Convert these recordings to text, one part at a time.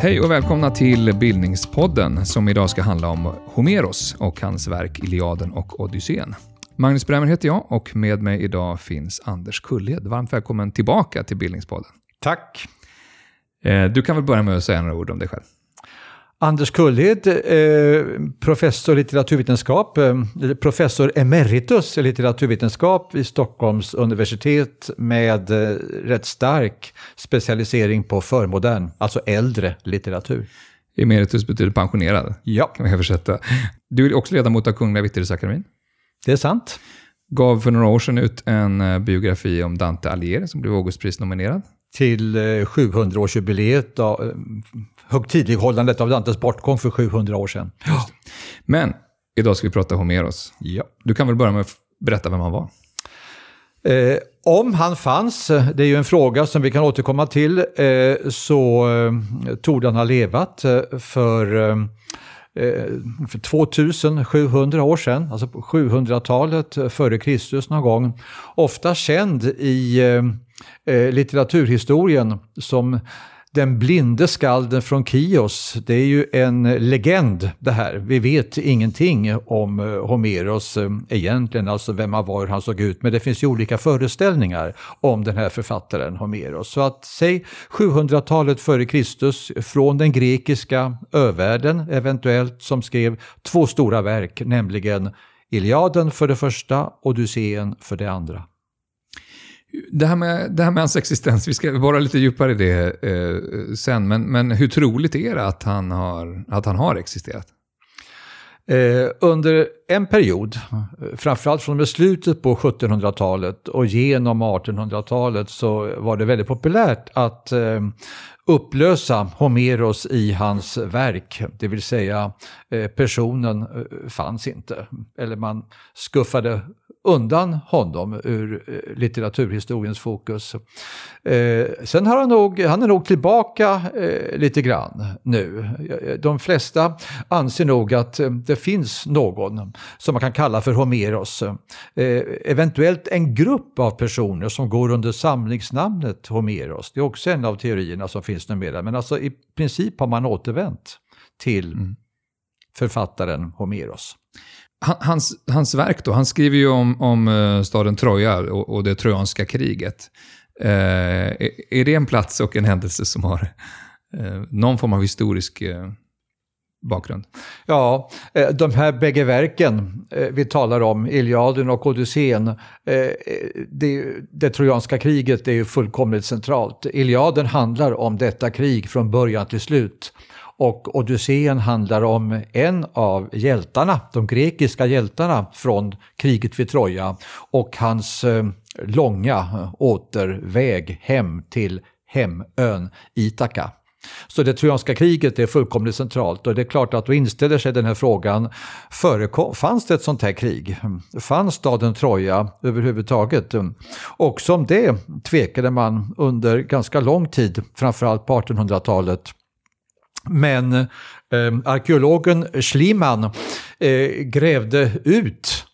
Hej och välkomna till Bildningspodden som idag ska handla om Homeros och hans verk Iliaden och Odysseen. Magnus Bremmer heter jag och med mig idag finns Anders Kullhed. Varmt välkommen tillbaka till Bildningspodden. Tack. Du kan väl börja med att säga några ord om dig själv. Anders Kullhed, professor i litteraturvetenskap, professor emeritus i litteraturvetenskap vid Stockholms universitet med rätt stark specialisering på förmodern, alltså äldre litteratur. Emeritus betyder pensionerad. Ja. Kan vi översätta. Du är också ledamot av Kungliga Vitterhetsakademin. Det är sant. Gav för några år sedan ut en biografi om Dante Alighieri som blev Augustpris-nominerad. Till 700-årsjubileet, högtidlighållandet av Dantes bortgång för 700 år sedan. Ja. Men idag ska vi prata Homeros. Ja. Du kan väl börja med att berätta vem han var? Om han fanns, det är ju en fråga som vi kan återkomma till, så torde han ha levat för 2700 år sedan, alltså på 700-talet före Kristus någon gång. Ofta känd i litteraturhistorien som den blinde skalden från Chios. Det är ju en legend det här. Vi vet ingenting om Homeros egentligen, alltså vem han var, hur han såg ut. Men det finns ju olika föreställningar om den här författaren Homeros. Så att säg 700-talet före Kristus från den grekiska övärlden eventuellt, som skrev två stora verk, nämligen Iliaden för det första, Odysseen för det andra. Det här med hans existens, vi ska vara lite djupare i det sen, men hur troligt är det att han har existerat? Under en period, framförallt från slutet på 1700-talet och genom 1800-talet, så var det väldigt populärt att upplösa Homeros i hans verk. Det vill säga personen fanns inte, eller man skuffade undan honom ur litteraturhistoriens fokus. Sen har han är nog tillbaka lite grann nu. De flesta anser nog att det finns någon som man kan kalla för Homeros. Eventuellt en grupp av personer som går under samlingsnamnet Homeros. Det är också en av teorierna som finns numera. Men alltså i princip har man återvänt till författaren Homeros. Hans verk då, han skriver ju om staden Troja och det trojanska kriget. Är det en plats och en händelse som har någon form av historisk bakgrund? Ja, de här bägge verken vi talar om, Iliaden och Odysseen, det trojanska kriget är ju fullkomligt centralt. Iliaden handlar om detta krig från början till slut. Och Odysseen handlar om en av hjältarna, de grekiska hjältarna från kriget vid Troja och hans långa återväg hem till hemön Ithaka. Så det trojanska kriget är fullkomligt centralt, och det är klart att då inställer sig den här frågan, fanns det ett sånt här krig? Fanns staden Troja överhuvudtaget? Och som det tvekade man under ganska lång tid, framförallt på 1800-talet. Men arkeologen Schliemann grävde ut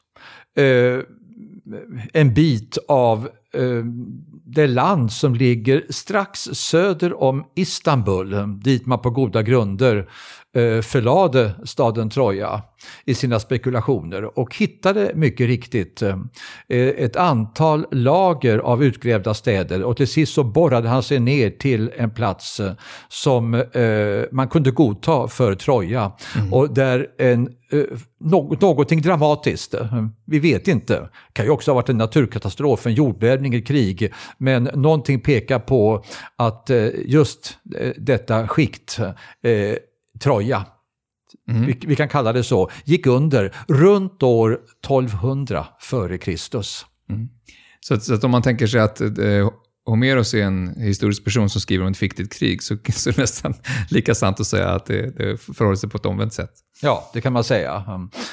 en bit av det land som ligger strax söder om Istanbul, dit man på goda grunder förlade staden Troja i sina spekulationer, och hittade mycket riktigt ett antal lager av utgrävda städer, och till sist så borrade han sig ner till en plats som man kunde godta för Troja, och där någonting dramatiskt, vi vet inte, kan ju också ha varit en naturkatastrof, en jordbävning, ett krig, men någonting pekar på att just detta skikt, Troja, vi kan kalla det så, gick under runt år 1200 före Kristus. Så att om man tänker sig att Homeros är en historisk person som skriver om ett fiktivt krig, så är det nästan lika sant att säga att det förhåller sig på ett omvänt sätt. Ja, det kan man säga.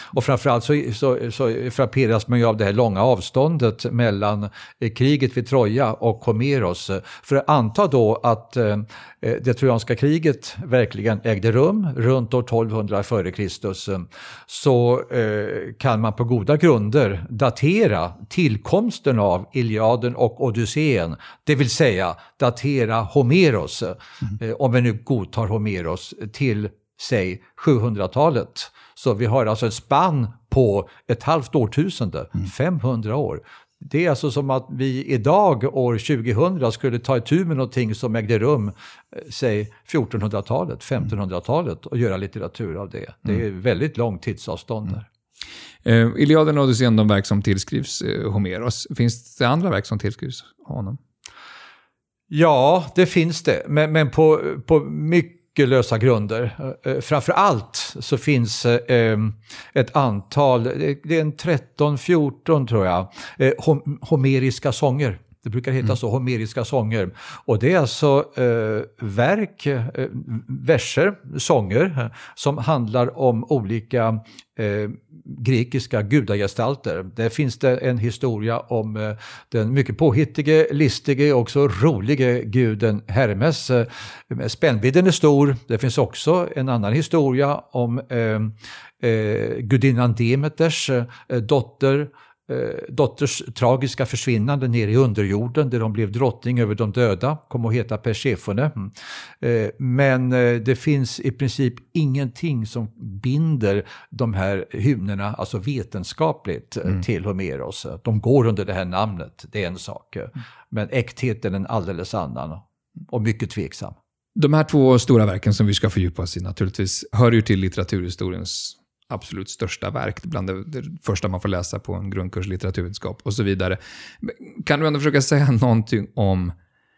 Och framförallt så frapperas man ju av det här långa avståndet mellan kriget vid Troja och Homeros. För att anta då att det trojanska kriget verkligen ägde rum runt år 1200 f.Kr. Så kan man på goda grunder datera tillkomsten av Iliaden och Odysseen, det vill säga datera Homeros, om vi nu godtar Homeros, till säg 700-talet. Så vi har alltså ett spann på ett halvt årtusende, 500 år. Det är alltså som att vi idag år 2000 skulle ta itu med någonting som ägde rum, säg 1400-talet, 1500-talet och göra litteratur av det. Det är väldigt långt tidsavstånd där. Iliaden och Odysseen, de verk som tillskrivs Homeros. Finns det andra verk som tillskrivs honom? Ja, det finns det, men på mycket lösa grunder. Framför allt så finns ett antal, det är en 13-14 tror jag, homeriska sånger. Det brukar heta så, homeriska sånger. Och det är alltså verk, verser, sånger som handlar om olika grekiska gudagestalter. Där finns det en historia om den mycket påhittige, listige och också rolige guden Hermes. Spännvidden är stor. Det finns också en annan historia om gudinnan Demeters dotters tragiska försvinnande ner i underjorden där de blev drottning över de döda, kom att heta Persefone. Men det finns i princip ingenting som binder de här hymnerna, alltså vetenskapligt, till Homeros. De går under det här namnet, det är en sak. Men äktheten är en alldeles annan och mycket tveksam. De här två stora verken som vi ska fördjupa oss i naturligtvis hör ju till litteraturhistoriens absolut största verk, bland det första man får läsa på en grundkurs i litteraturvetenskap och så vidare. Kan du ändå försöka säga någonting om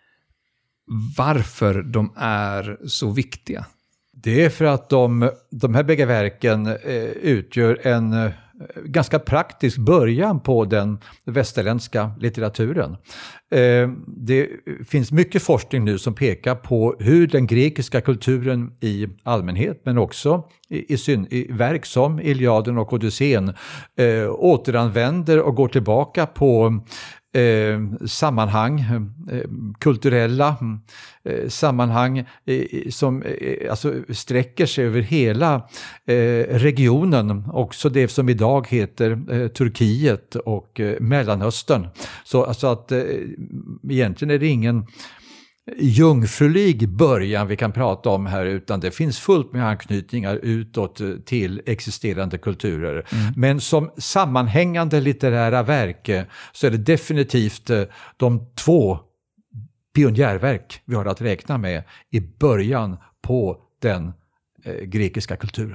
varför de är så viktiga? Det är för att de här bägge verken utgör en ganska praktisk början på den västerländska litteraturen. Det finns mycket forskning nu som pekar på hur den grekiska kulturen i allmänhet, men också i verk som Iliaden och Odysseen återanvänder och går tillbaka på sammanhang, kulturella sammanhang som alltså sträcker sig över hela regionen, också det som idag heter Turkiet och Mellanöstern. Så alltså att egentligen är det ingen jungfrulig början vi kan prata om här, utan det finns fullt med anknytningar utåt till existerande kulturer. Men som sammanhängande litterära verk så är det definitivt de två pionjärverk vi har att räkna med i början på den grekiska kulturen.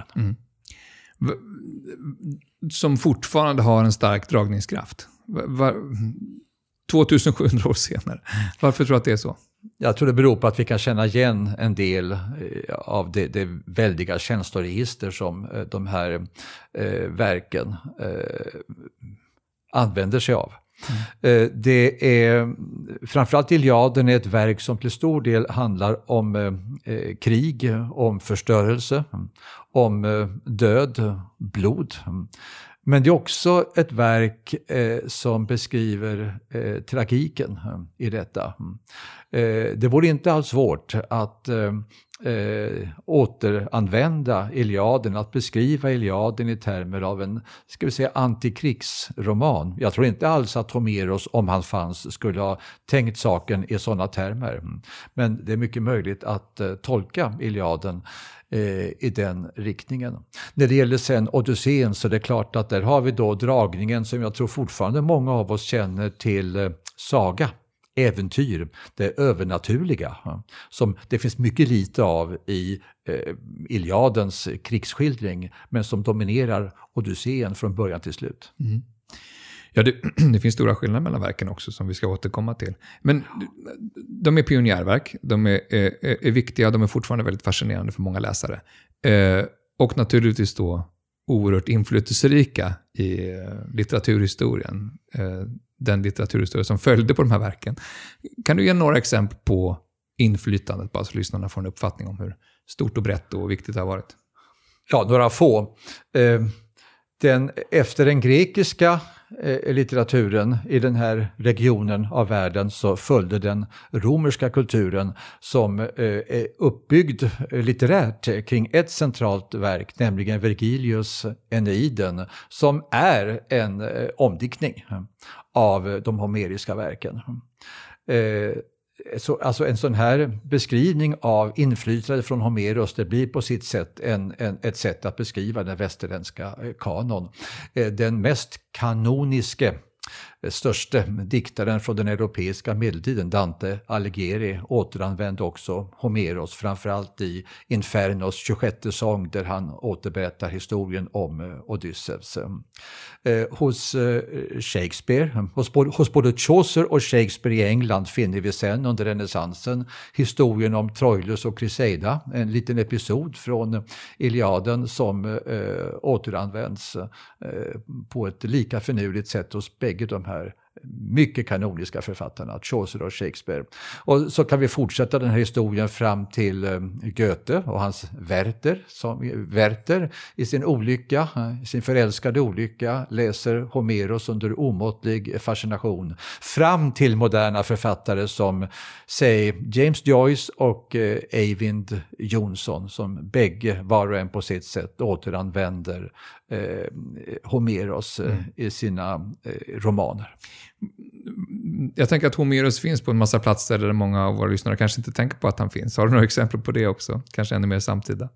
Som fortfarande har en stark dragningskraft. 2700 år senare. Varför tror du att det är så? Jag tror det beror på att vi kan känna igen en del av det väldiga känsloregister som de här verken använder sig av. Det är framförallt Iliaden är ett verk som till stor del handlar om krig, om förstörelse, om död, blod. Men det är också ett verk som beskriver tragiken i detta. Det vore inte alls svårt att återanvända Iliaden, att beskriva Iliaden i termer av en, ska vi säga, antikrigsroman. Jag tror inte alls att Homeros, om han fanns, skulle ha tänkt saken i sådana termer. Men det är mycket möjligt att tolka Iliaden i den riktningen. När det gäller sen Odysseen så är det klart att där har vi då dragningen som jag tror fortfarande många av oss känner till saga, äventyr, det övernaturliga som det finns mycket lite av i Iliadens krigsskildring, men som dominerar Odysseen från början till slut. Ja, det finns stora skillnader mellan verken också som vi ska återkomma till. Men de är pionjärverk, de är viktiga, de är fortfarande väldigt fascinerande för många läsare. Och naturligtvis då oerhört inflytelserika i litteraturhistorien. Den litteraturhistoria som följde på de här verken. Kan du ge några exempel på inflytandet, bara så lyssnarna får en uppfattning om hur stort och brett och viktigt det har varit? Ja, några få. Efter den grekiska litteraturen i den här regionen av världen så följde den romerska kulturen som är uppbyggd litterärt kring ett centralt verk, nämligen Vergilius Eneiden, som är en omdiktning av de homeriska verken. Alltså en sån här beskrivning av inflytande från Homeros, det blir på sitt sätt ett sätt att beskriva den västerländska kanon. Den mest kanoniske, störste diktaren från den europeiska medeltiden, Dante Alighieri, återanvände också Homeros, framförallt i Infernos 26:e sång där han återberättar historien om Odysseus. Hos Shakespeare, hos både Chaucer och Shakespeare i England finner vi sen under renässansen historien om Troilus och Cressida, en liten episod från Iliaden som återanvänds på ett lika finurligt sätt hos bägge de här mycket kanoniska författarna, Chaucer och Shakespeare. Och så kan vi fortsätta den här historien fram till Goethe och hans Werther i sin olycka, sin förälskade olycka, läser Homeros under omåttlig fascination. Fram till moderna författare som, säg, James Joyce och Eyvind Johnson, som bägge var och en på sitt sätt återanvänder Homeros i sina romaner. Jag tänker att Homeros finns på en massa platser där många av våra lyssnare kanske inte tänker på att han finns. Har du några exempel på det också? Kanske ännu mer samtida?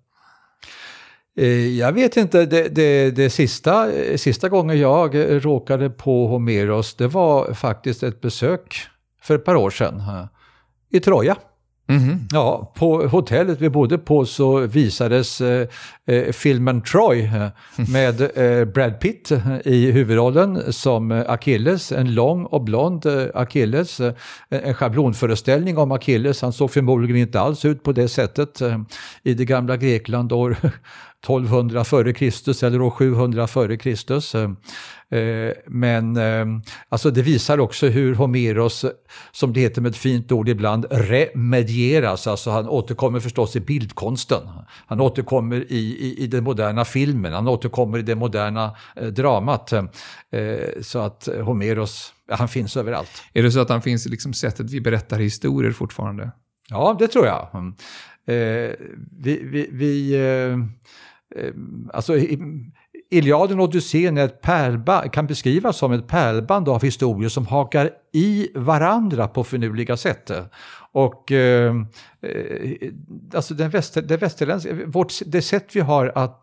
Jag vet inte. Det sista gången jag råkade på Homeros, det var faktiskt ett besök för ett par år sedan i Troja. Mm-hmm. Ja, på hotellet vi bodde på så visades filmen Troy med Brad Pitt i huvudrollen som Achilles, en lång och blond Achilles, en schablonföreställning om Achilles. Han såg förmodligen inte alls ut på det sättet i det gamla Grekland år 1200 före Kristus eller år 700 före Kristus. Men alltså det visar också hur Homeros, som det heter med ett fint ord ibland, remedieras. Alltså han återkommer förstås i bildkonsten. Han återkommer i den moderna filmen. Han återkommer i det moderna dramat. Så att Homeros, han finns överallt. Är det så att han finns i liksom sättet vi berättar historier fortfarande? Ja, det tror jag. Alltså Iliaden och Odysseen är ett kan beskrivas som ett pärlband av historier som hakar i varandra på finurliga sätt. Och alltså det västerländska, det sätt vi har att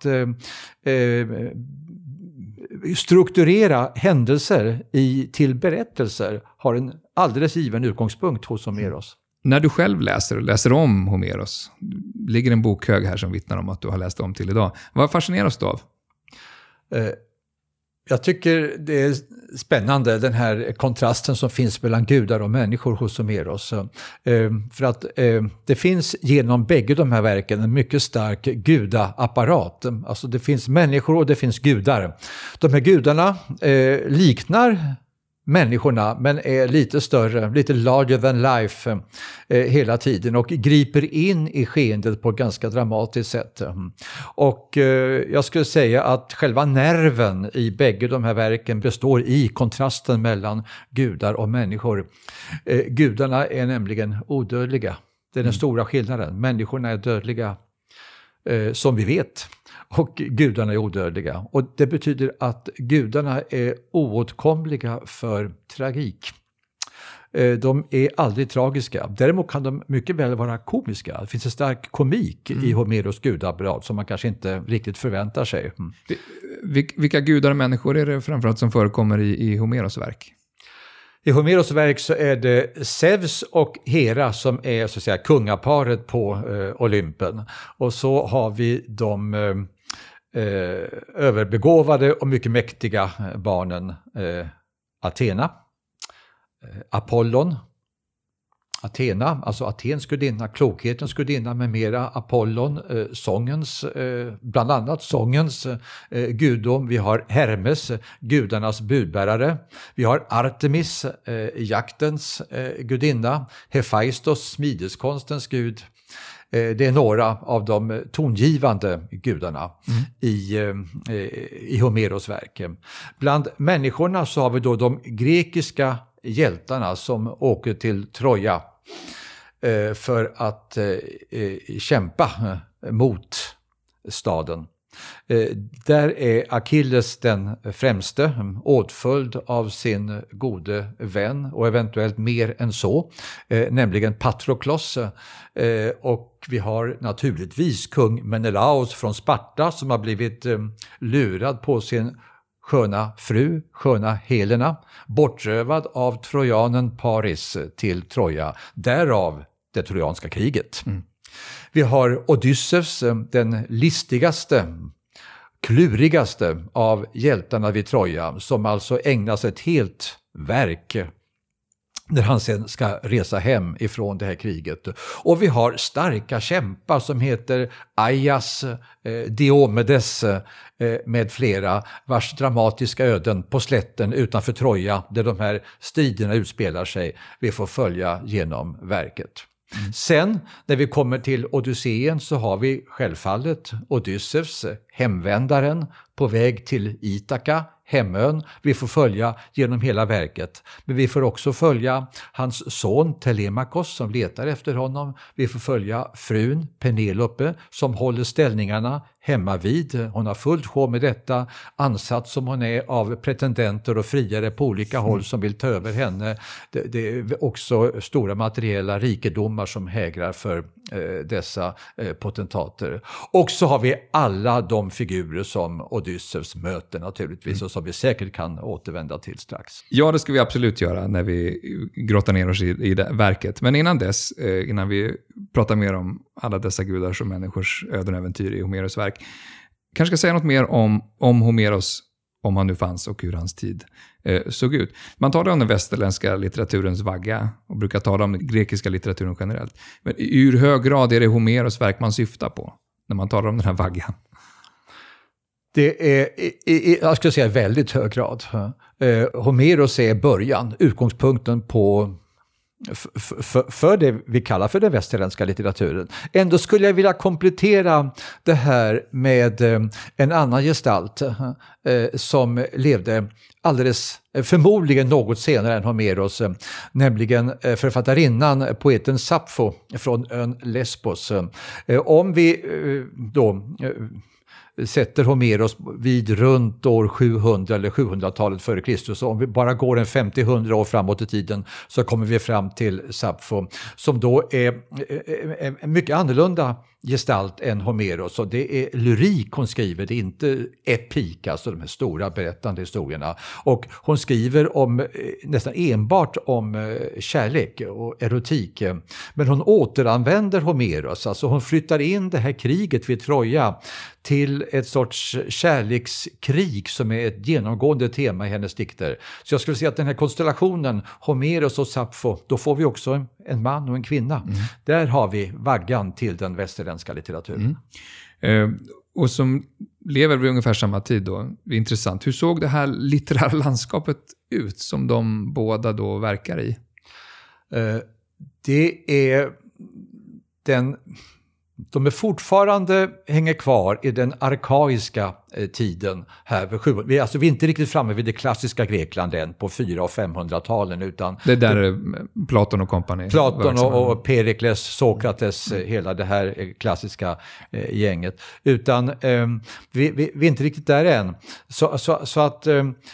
strukturera händelser till berättelser har en alldeles given utgångspunkt hos Homeros. När du själv läser om Homeros, ligger en bokhög här som vittnar om att du har läst om till idag. Vad fascineras du av? Jag tycker det är spännande, den här kontrasten som finns mellan gudar och människor hos Homeros. För att det finns genom bägge de här verken en mycket stark gudaapparat. Alltså det finns människor och det finns gudar. De här gudarna liknar människorna men är lite större, lite larger than life hela tiden och griper in i skeendet på ett ganska dramatiskt sätt. Och jag skulle säga att själva nerven i bägge de här verken består i kontrasten mellan gudar och människor. Gudarna är nämligen odödliga. Det är den stora skillnaden. Människorna är dödliga som vi vet. Och gudarna är odödliga. Och det betyder att gudarna är oåtkomliga för tragik. De är aldrig tragiska. Däremot kan de mycket väl vara komiska. Det finns en stark komik i Homeros gudaapparat som man kanske inte riktigt förväntar sig. Vilka gudar och människor är det framförallt som förekommer i Homeros verk? I Homeros verk så är det Zeus och Hera som är så att säga kungaparet på Olympen. Och så har vi de överbegåvade och mycket mäktiga barnen Athena, Apollon, Athena, alltså Athens gudinna, klokhetens gudinna med mera, Apollon, sångens, bland annat sångens gudom. Vi har Hermes, gudarnas budbärare. Vi har Artemis, jaktens gudinna. Hephaistos, smideskonstens gud. Det är några av de tongivande gudarna i Homeros verk. Bland människorna så har vi då de grekiska hjältarna som åker till Troja för att kämpa mot staden. Där är Achilles den främste, åtföljd av sin gode vän och eventuellt mer än så, nämligen Patroklos. Och vi har naturligtvis kung Menelaos från Sparta som har blivit lurad på sin sköna fru, sköna Helena, bortrövad av trojanen Paris till Troja, därav det trojanska kriget. Vi har Odysseus, den listigaste, klurigaste av hjältarna vid Troja, som alltså ägnas ett helt verk när han sen ska resa hem ifrån det här kriget. Och vi har starka kämpar som heter Aias, Diomedes med flera, vars dramatiska öden på slätten utanför Troja, där de här striderna utspelar sig, vi får följa genom verket. Sen när vi kommer till Odysseen så har vi självfallet Odysseus, hemvändaren, på väg till Ithaka, hemön. Vi får följa genom hela verket. Men vi får också följa hans son Telemakos som letar efter honom. Vi får följa frun Penelope som håller ställningarna hemma vid. Hon har fullt sjå med detta, ansatt som hon är av pretendenter och friare på olika håll som vill ta över henne. Det är också stora materiella rikedomar som hägrar för dessa potentater. Och så har vi alla de figurer som Odysseus möter naturligtvis och som vi säkert kan återvända till strax. Ja, det ska vi absolut göra när vi grottar ner oss i det verket. Men innan dess, innan vi pratar mer om alla dessa gudars och människors öden och äventyr i Homeros verk, kanske ska säga något mer om Homeros, om han nu fanns och hur hans tid såg ut. Man talar om den västerländska litteraturens vagga och brukar tala om den grekiska litteraturen generellt. Men i hur hög grad är det Homeros verk man syftar på när man talar om den här vaggan? Det är, jag skulle säga, väldigt hög grad. Homeros är början, utgångspunkten på för det vi kallar för den västerländska litteraturen. Ändå skulle jag vilja komplettera det här med en annan gestalt som levde förmodligen något senare än Homeros, nämligen författarinnan, poeten Sappho från ön Lesbos. Om vi då sätter Homeros vid runt år 700 eller 700-talet före Kristus. Om vi bara går en 50-100 år framåt i tiden så kommer vi fram till Sappho, som då är en mycket annorlunda gestalt än Homeros. Och det är lyrik hon skriver, det är inte epik, alltså de här stora berättande historierna. Och hon skriver nästan enbart om kärlek och erotik. Men hon återanvänder Homeros, alltså hon flyttar in det här kriget vid Troja till ett sorts kärlekskrig som är ett genomgående tema i hennes dikter. Så jag skulle säga att den här konstellationen, Homeros och Sappho, då får vi också en man och en kvinna. Där har vi vaggan till den västerländska litteraturen. Och som lever vid ungefär samma tid då, det är intressant. Hur såg det här litterära landskapet ut som de båda då verkar i? De är fortfarande hänger kvar i den arkaiska tiden här. Vi är inte riktigt framme vid det klassiska Grekland än på 400- och 500-talen. Utan det där Platon och kompani. Platon och Perikles, Sokrates, hela det här klassiska gänget. Utan vi är inte riktigt där än. Så att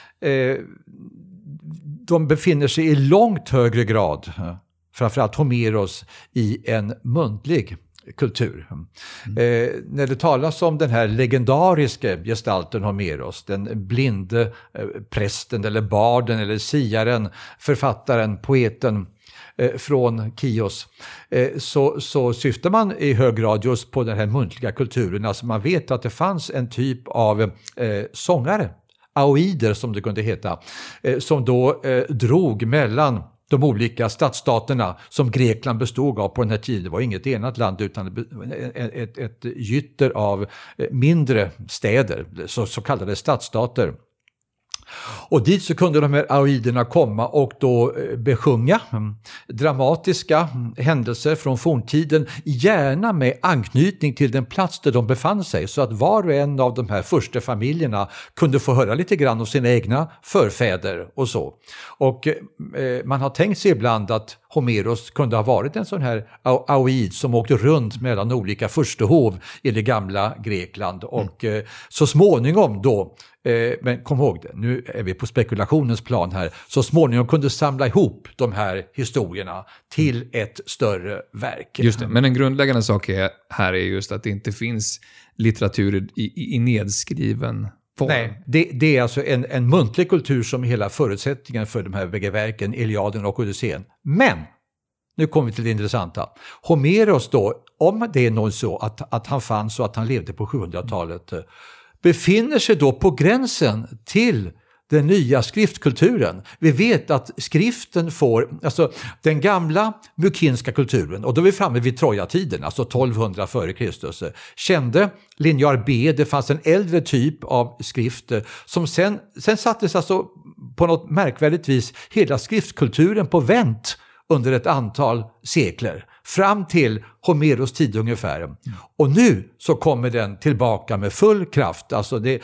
de befinner sig i långt högre grad, framförallt Homeros, i en muntlig kultur. När det talas om den här legendariska gestalten Homeros, den blinde prästen eller barden eller siaren, författaren, poeten från Chios, så syftar man i hög grad just på den här muntliga kulturen. Alltså man vet att det fanns en typ av sångare, aoider som det kunde heta, som då drog mellan de olika stadsstaterna som Grekland bestod av på den här tiden. Det var inget enat land utan ett gytter av mindre städer, så kallade stadsstater. Och dit så kunde de här aoiderna komma och då besjunga dramatiska händelser från forntiden, gärna med anknytning till den plats där de befann sig, så att var och en av de här första familjerna kunde få höra lite grann om sina egna förfäder och så. Och man har tänkt sig ibland att Homeros kunde ha varit en sån här aoid som åkte runt mellan olika furstehov i det gamla Grekland och så småningom då, men kom ihåg det, nu är vi på spekulationens plan här, så småningom kunde samla ihop de här historierna till ett större verk. Just det, men en grundläggande sak här är just att det inte finns litteratur i nedskriven form. Nej, det är alltså en muntlig kultur som är hela förutsättningen för de här bägge verken, Iliaden och Odysseen. Men, nu kommer vi till det intressanta. Homeros då, om det är någon så att han fanns och att han levde på 700-talet, befinner sig då på gränsen till den nya skriftkulturen. Vi vet att skriften får, alltså den gamla mykinska kulturen, och då är vi framme vid Troja-tiden, alltså 1200 före Kristus, kände linjär B, det fanns en äldre typ av skrift som sen sattes alltså på något märkvärdigt vis hela skriftkulturen på vänt under ett antal sekler, fram till Homeros tid ungefär. Och nu så kommer den tillbaka med full kraft. Alltså den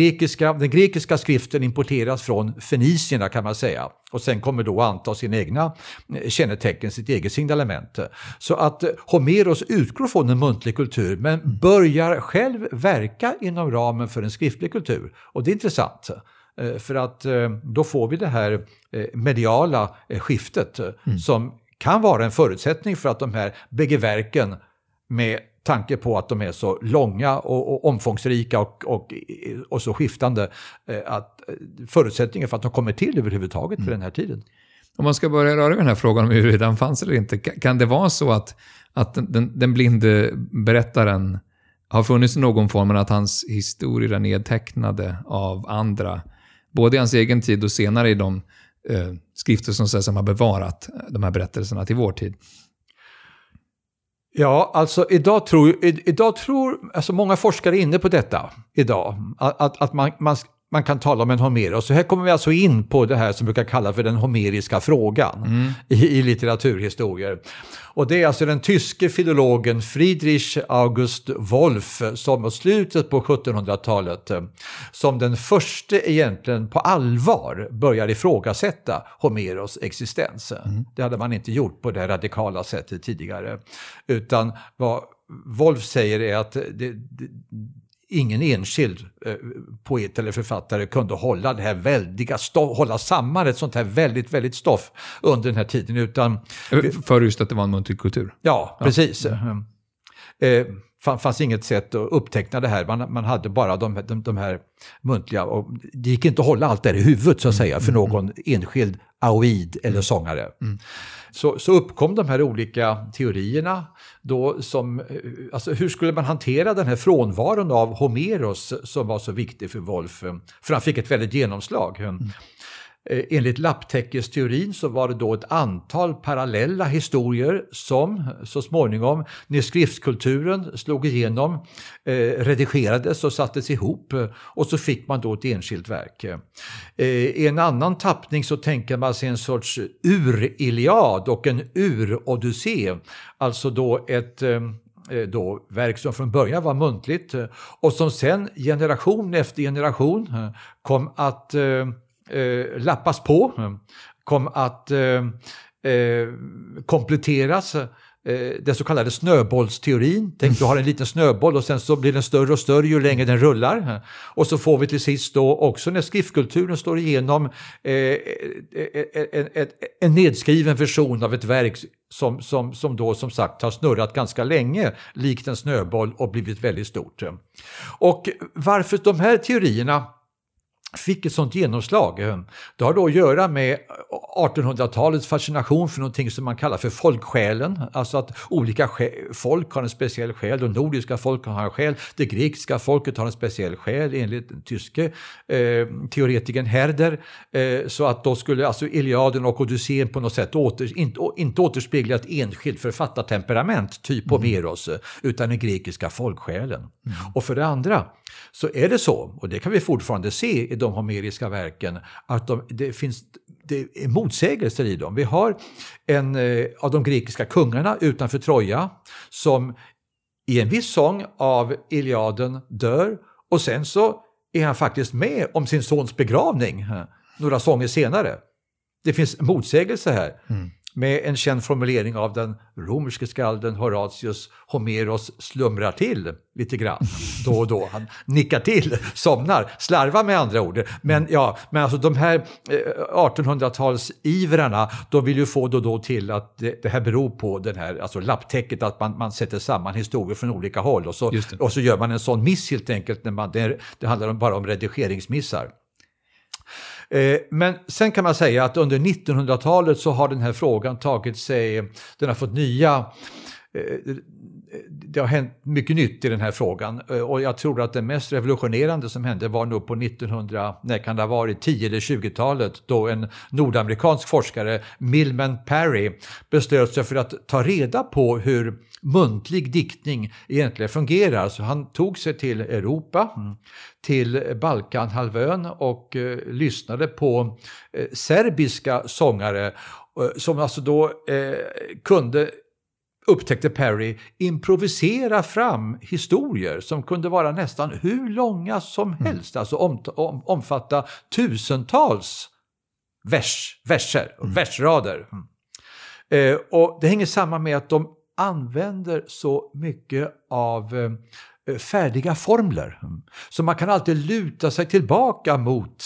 grekiska skriften importeras från fenicierna kan man säga. Och sen kommer då anta sina egna kännetecken, sitt eget signalement. Så att Homeros utgår från en muntlig kultur men börjar själv verka inom ramen för en skriftlig kultur. Och det är intressant. För att då får vi det här mediala skiftet som kan vara en förutsättning för att de här bägge verken, med tanke på att de är så långa och omfångsrika och så skiftande, att förutsättningen för att de kommer till överhuvudtaget för den här tiden. Om man ska börja röra vid den här frågan om hur den fanns eller inte, kan det vara så att den blinde berättaren har funnits någon form av att hans historier är nedtecknade av andra, både i hans egen tid och senare i de skrifter som har bevarat de här berättelserna till vår tid? Ja, alltså idag tror alltså många forskare är inne på detta idag, att man kan tala om en Homeros. Så här kommer vi alltså in på det här som brukar kallas för den homeriska frågan i litteraturhistorier. Och det är alltså den tyske filologen Friedrich August Wolff som i slutet på 1700-talet som den första egentligen på allvar börjar ifrågasätta Homeros existens. Det hade man inte gjort på det radikala sättet tidigare. Utan vad Wolff säger är att ingen enskild poet eller författare kunde hålla det här väldiga hålla samman ett sånt här väldigt, väldigt stoff under den här tiden. Utan för just att det var en muntlig kultur. Ja, precis. Fanns inget sätt att uppteckna det här. Man hade bara de här muntliga, och det gick inte att hålla allt där i huvudet så att säga för någon enskild aoid eller sångare. Så uppkom de här olika teorierna då som, alltså hur skulle man hantera den här frånvaron av Homeros som var så viktig för Wolff, för han fick ett väldigt genomslag. Enligt lapptäckesteorin så var det då ett antal parallella historier som så småningom, när skriftkulturen slog igenom, redigerades och sattes ihop, och så fick man då ett enskilt verk. I en annan tappning så tänker man sig en sorts ur-Iliad och en ur-Odyssé, alltså då ett verk som från början var muntligt och som sen generation efter generation kom att lappas på, kom att kompletteras. Den så kallade snöbollsteorin. Tänk, du har en liten snöboll och sen så blir den större och större ju längre den rullar. Och så får vi till sist då också, när skriftkulturen står igenom, en nedskriven version av ett verk som då som sagt har snurrat ganska länge likt en snöboll och blivit väldigt stort. Och varför de här teorierna fick ett sånt genomslag, det har då att göra med 1800-talets fascination för någonting som man kallar för folksjälen. Alltså att olika folk har en speciell själ. De nordiska folken har en själ. Det grekiska folket har en speciell själ enligt den tyske teoretikern Herder. Så att då skulle alltså Iliaden och Odysseen på något sätt inte återspegla ett enskilt författartemperament typ Homeros, utan den grekiska folksjälen. Och för det andra så är det så, och det kan vi fortfarande se de homeriska verken att det är motsägelser i dem. Vi har en av de grekiska kungarna utanför Troja som i en viss sång av Iliaden dör, och sen så är han faktiskt med om sin sons begravning några sånger senare. Det finns motsägelser här. Med en känd formulering av den romerske skalden Horatius: Homeros slumrar till lite grann då och då. Han nickar till, somnar, slarvar med andra ord. Men alltså de här 1800-talsivrarna, de vill ju få då till att det här beror på den här, alltså lapptäcket, att man sätter samman historier från olika håll. Och så gör man en sån miss helt enkelt, när det handlar bara om redigeringsmissar. Men sen kan man säga att under 1900-talet så har den här frågan den har fått det har hänt mycket nytt i den här frågan, och jag tror att det mest revolutionerande som hände var nog på 10 eller 20-talet, då en nordamerikansk forskare, Milman Parry, beslöt sig för att ta reda på hur muntlig diktning egentligen fungerar. Så han tog sig till Europa, till Balkanhalvön, och lyssnade på serbiska sångare som alltså då upptäckte Parry, improvisera fram historier som kunde vara nästan hur långa som helst, alltså omfatta tusentals versrader. Och det hänger samman med att de använder så mycket av färdiga formler. Så man kan alltid luta sig tillbaka mot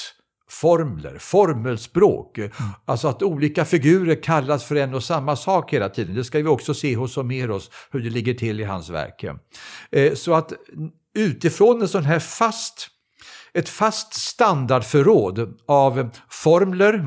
formelspråk. Alltså att olika figurer kallas för en och samma sak hela tiden. Det ska vi också se hos Homeros, hur det ligger till i hans verk. Så att utifrån en sån här ett fast standardförråd av formler,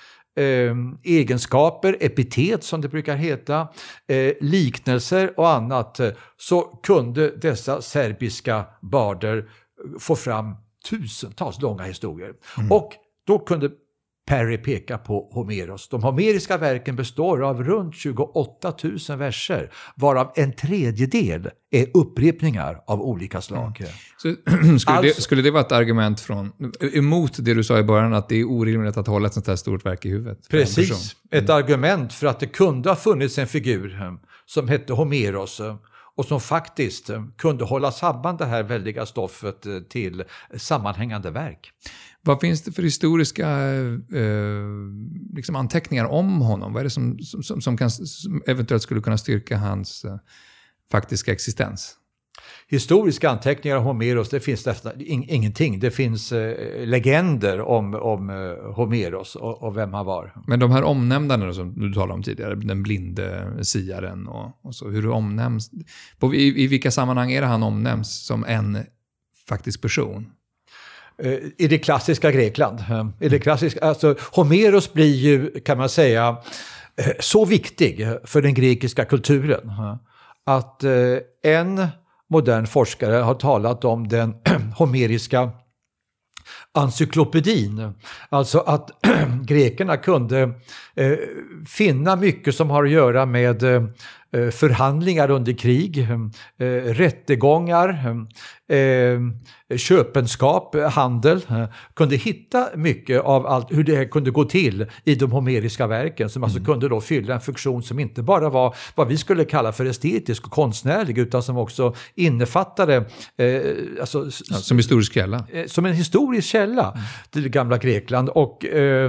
egenskaper, epitet som det brukar heta, liknelser och annat, så kunde dessa serbiska barder få fram tusentals långa historier. Och då kunde Parry peka på Homeros. De homeriska verken består av runt 28 000 verser, varav en tredjedel är upprepningar av olika slag. Så skulle det vara ett argument emot det du sa i början, att det är orimligt att hålla ett sånt här stort verk i huvudet? Precis, ett argument för att det kunde ha funnits en figur som hette Homeros, och som faktiskt kunde hålla samman det här väldiga stoffet till sammanhängande verk. Vad finns det för historiska anteckningar om honom? Vad är det som eventuellt skulle kunna styrka hans faktiska existens? Historiska anteckningar om Homeros, det finns nästan ingenting. Det finns legender om Homeros och vem han var. Men de här omnämndarna som du talade om tidigare, den blinde siaren och så, hur omnämns, i vilka sammanhang är det han omnämns som en faktisk person? I det klassiska Grekland. Homeros blir ju, kan man säga, så viktig för den grekiska kulturen att en modern forskare har talat om den homeriska encyklopedin. Alltså att grekerna kunde finna mycket som har att göra med förhandlingar under krig, rättegångar, köpenskap, handel. Kunde hitta mycket av allt, hur det kunde gå till i de homeriska verken, som alltså kunde då fylla en funktion som inte bara var vad vi skulle kalla för estetisk och konstnärlig, utan som också innefattade som historisk källa. Som en historisk källa till det gamla Grekland. Och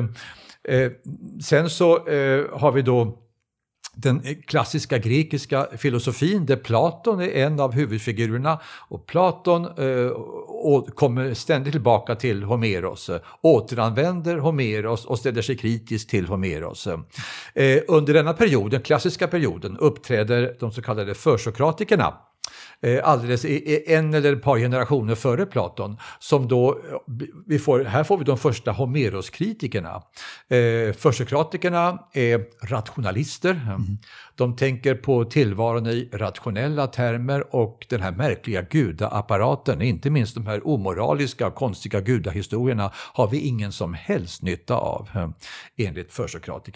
sen så har vi då den klassiska grekiska filosofin, där Platon är en av huvudfigurerna, och Platon kommer ständigt tillbaka till Homeros, återanvänder Homeros och ställer sig kritiskt till Homeros. Under denna period, den klassiska perioden, uppträder de så kallade försokratikerna, alldeles en eller ett par generationer före Platon, som då här får vi de första Homeros-kritikerna. Försokratikerna är rationalister. De tänker på tillvaron i rationella termer, och den här märkliga gudaapparaten, inte minst de här omoraliska och konstiga gudahistorierna, har vi ingen som helst nytta av, enligt försokratikerna.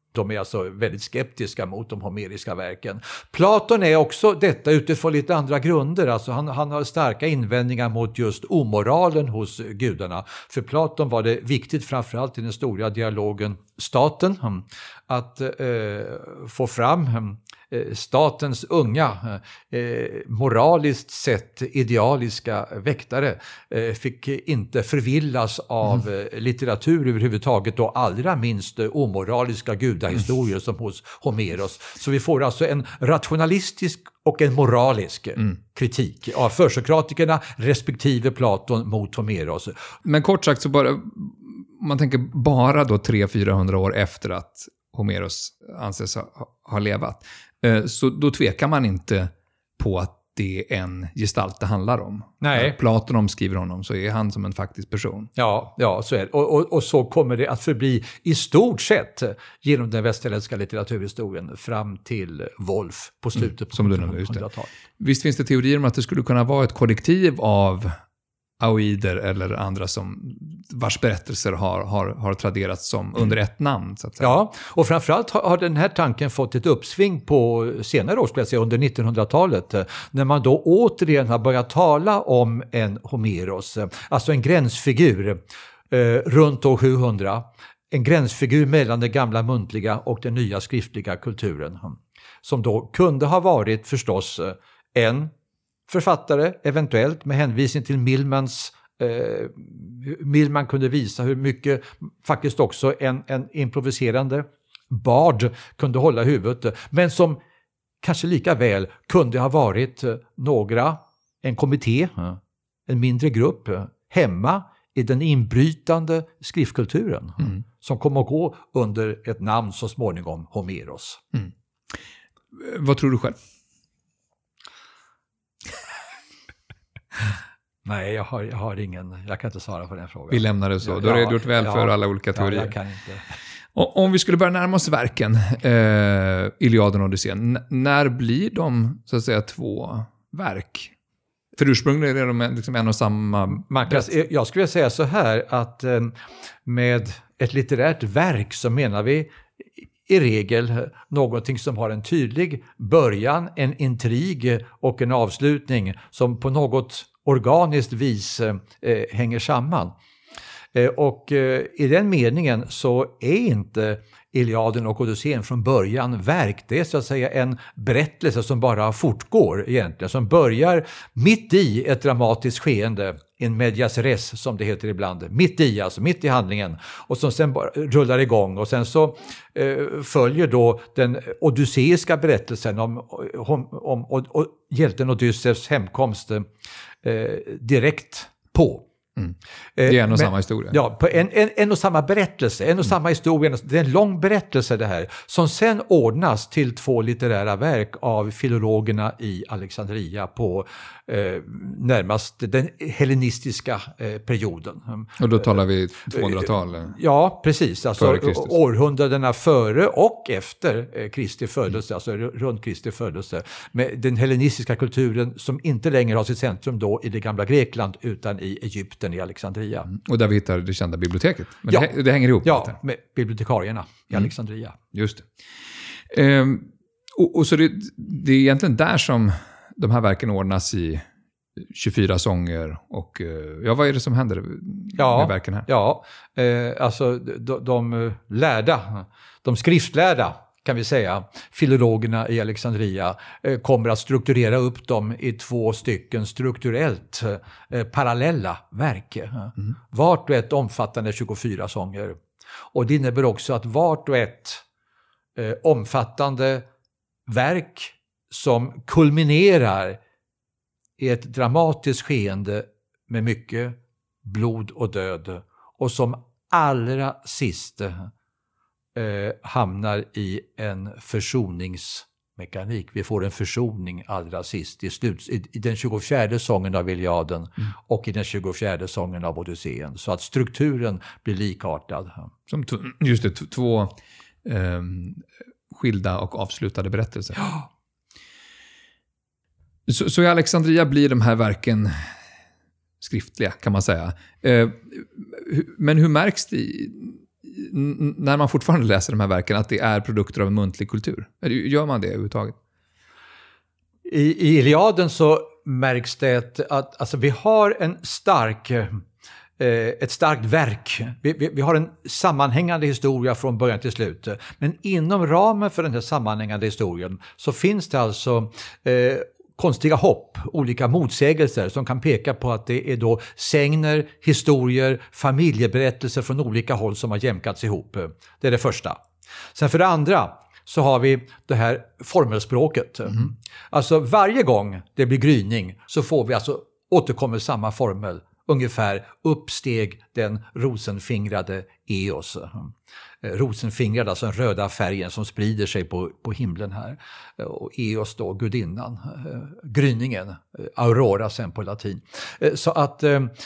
De är alltså väldigt skeptiska mot de homeriska verken. Platon är också detta utifrån lite andra grunder. Alltså han har starka invändningar mot just omoralen hos gudarna. För Platon var det viktigt, framförallt i den stora dialogen Staten, att få fram statens unga, moraliskt sett idealiska väktare fick inte förvillas av litteratur överhuvudtaget, och allra minst omoraliska gudahistorier som hos Homeros. Så vi får alltså en rationalistisk och en moralisk kritik av försokratikerna respektive Platon mot Homeros. Men kort sagt, så bara, man tänker bara då 300-400 år efter att Homeros anses ha levat, så då tvekar man inte på att det är en gestalt det handlar om. Nej. När Platon omskriver honom så är han som en faktisk person. Ja, så är det. Och så kommer det att förbli i stort sett genom den västerländska litteraturhistorien fram till Wolf på slutet på 1800-talet. Visst finns det teorier om att det skulle kunna vara ett kollektiv av aoider eller andra vars berättelser har traderats som under ett namn, så att säga. Ja, och framförallt har den här tanken fått ett uppsving på senare år, skulle jag säga, under 1900-talet, när man då återigen har börjat tala om en Homeros, alltså en gränsfigur runt år 700, en gränsfigur mellan den gamla muntliga och den nya skriftliga kulturen, som då kunde ha varit förstås en författare, eventuellt med hänvisning till Milman kunde visa hur mycket faktiskt också en improviserande bard kunde hålla huvudet, men som kanske lika väl kunde ha varit en kommitté, en mindre grupp hemma i den inbrytande skriftkulturen som kommer att gå under ett namn så småningom, Homeros. Vad tror du själv? Nej, jag har ingen. Jag kan inte svara på den frågan. Vi lämnar det så. Då har du gjort väl för alla olika teorier. Jag kan inte. Om vi skulle börja närma oss verken, Iliaden och Odysseen, när blir de, så att säga, två verk? För ursprungligen är de liksom en och samma... Jag skulle säga så här, att med ett litterärt verk så menar vi i regel någonting som har en tydlig början, en intrig och en avslutning som på något organiskt vis hänger samman. Och i den meningen så är inte Iliaden och Odysseen från början verk. Det är så att säga en berättelse som bara fortgår egentligen, som börjar mitt i ett dramatiskt skeende, in medias res som det heter ibland, mitt i handlingen, och som sen bara rullar igång, och sen så följer då den odysseiska berättelsen om hjälten Odysseus hemkomst direkt på. Det är en och samma historia. Ja, på en och samma berättelse, en och samma historia. Det är en lång berättelse det här, som sen ordnas till två litterära verk av filologerna i Alexandria på närmast den hellenistiska perioden. Och då talar vi 200-tal? Ja, precis. Alltså århundradena före och efter Kristi födelse, alltså runt Kristi födelse. Med den hellenistiska kulturen som inte längre har sitt centrum då i det gamla Grekland utan i Egypten, i Alexandria. Och där vi hittar det kända biblioteket. Men ja, det hänger ihop. Ja, med bibliotekarierna i Alexandria. Just det. Och så det är egentligen där som de här verken ordnas i 24 sånger. Och vad är det som händer med verken här? Ja, alltså de lärda, de skriftlärda kan vi säga, filologerna i Alexandria kommer att strukturera upp dem i 2 stycken strukturellt parallella verk. Vart och ett omfattande 24 sånger. Och det innebär också att vart och ett omfattande verk som kulminerar i ett dramatiskt skeende med mycket blod och död, och som allra sist hamnar i en försoningsmekanik. Vi får en försoning allra sist i den 24 sången av Iliaden och i den 24 sången av Odysseen, så att strukturen blir likartad. Som just det, 2 skilda och avslutade berättelser. Ja. Så i Alexandria blir de här verken skriftliga, kan man säga. Men hur märks det när man fortfarande läser de här verken, att det är produkter av en muntlig kultur? Gör man det överhuvudtaget? I Iliaden så märks det att alltså, vi har ett starkt verk. Vi har en sammanhängande historia från början till slut. Men inom ramen för den här sammanhängande historien så finns det alltså konstiga hopp, olika motsägelser som kan peka på att det är då sägner, historier, familjeberättelser från olika håll som har jämkats ihop. Det är det första. Sen för det andra så har vi det här formelspråket. Alltså varje gång det blir gryning så får vi alltså återkommer samma formel. Ungefär uppsteg den rosenfingrade Eos. Rosenfingrad, alltså den röda färgen som sprider sig på himlen här. Och Eos då, gudinnan, gryningen, aurora sen på latin. Så att,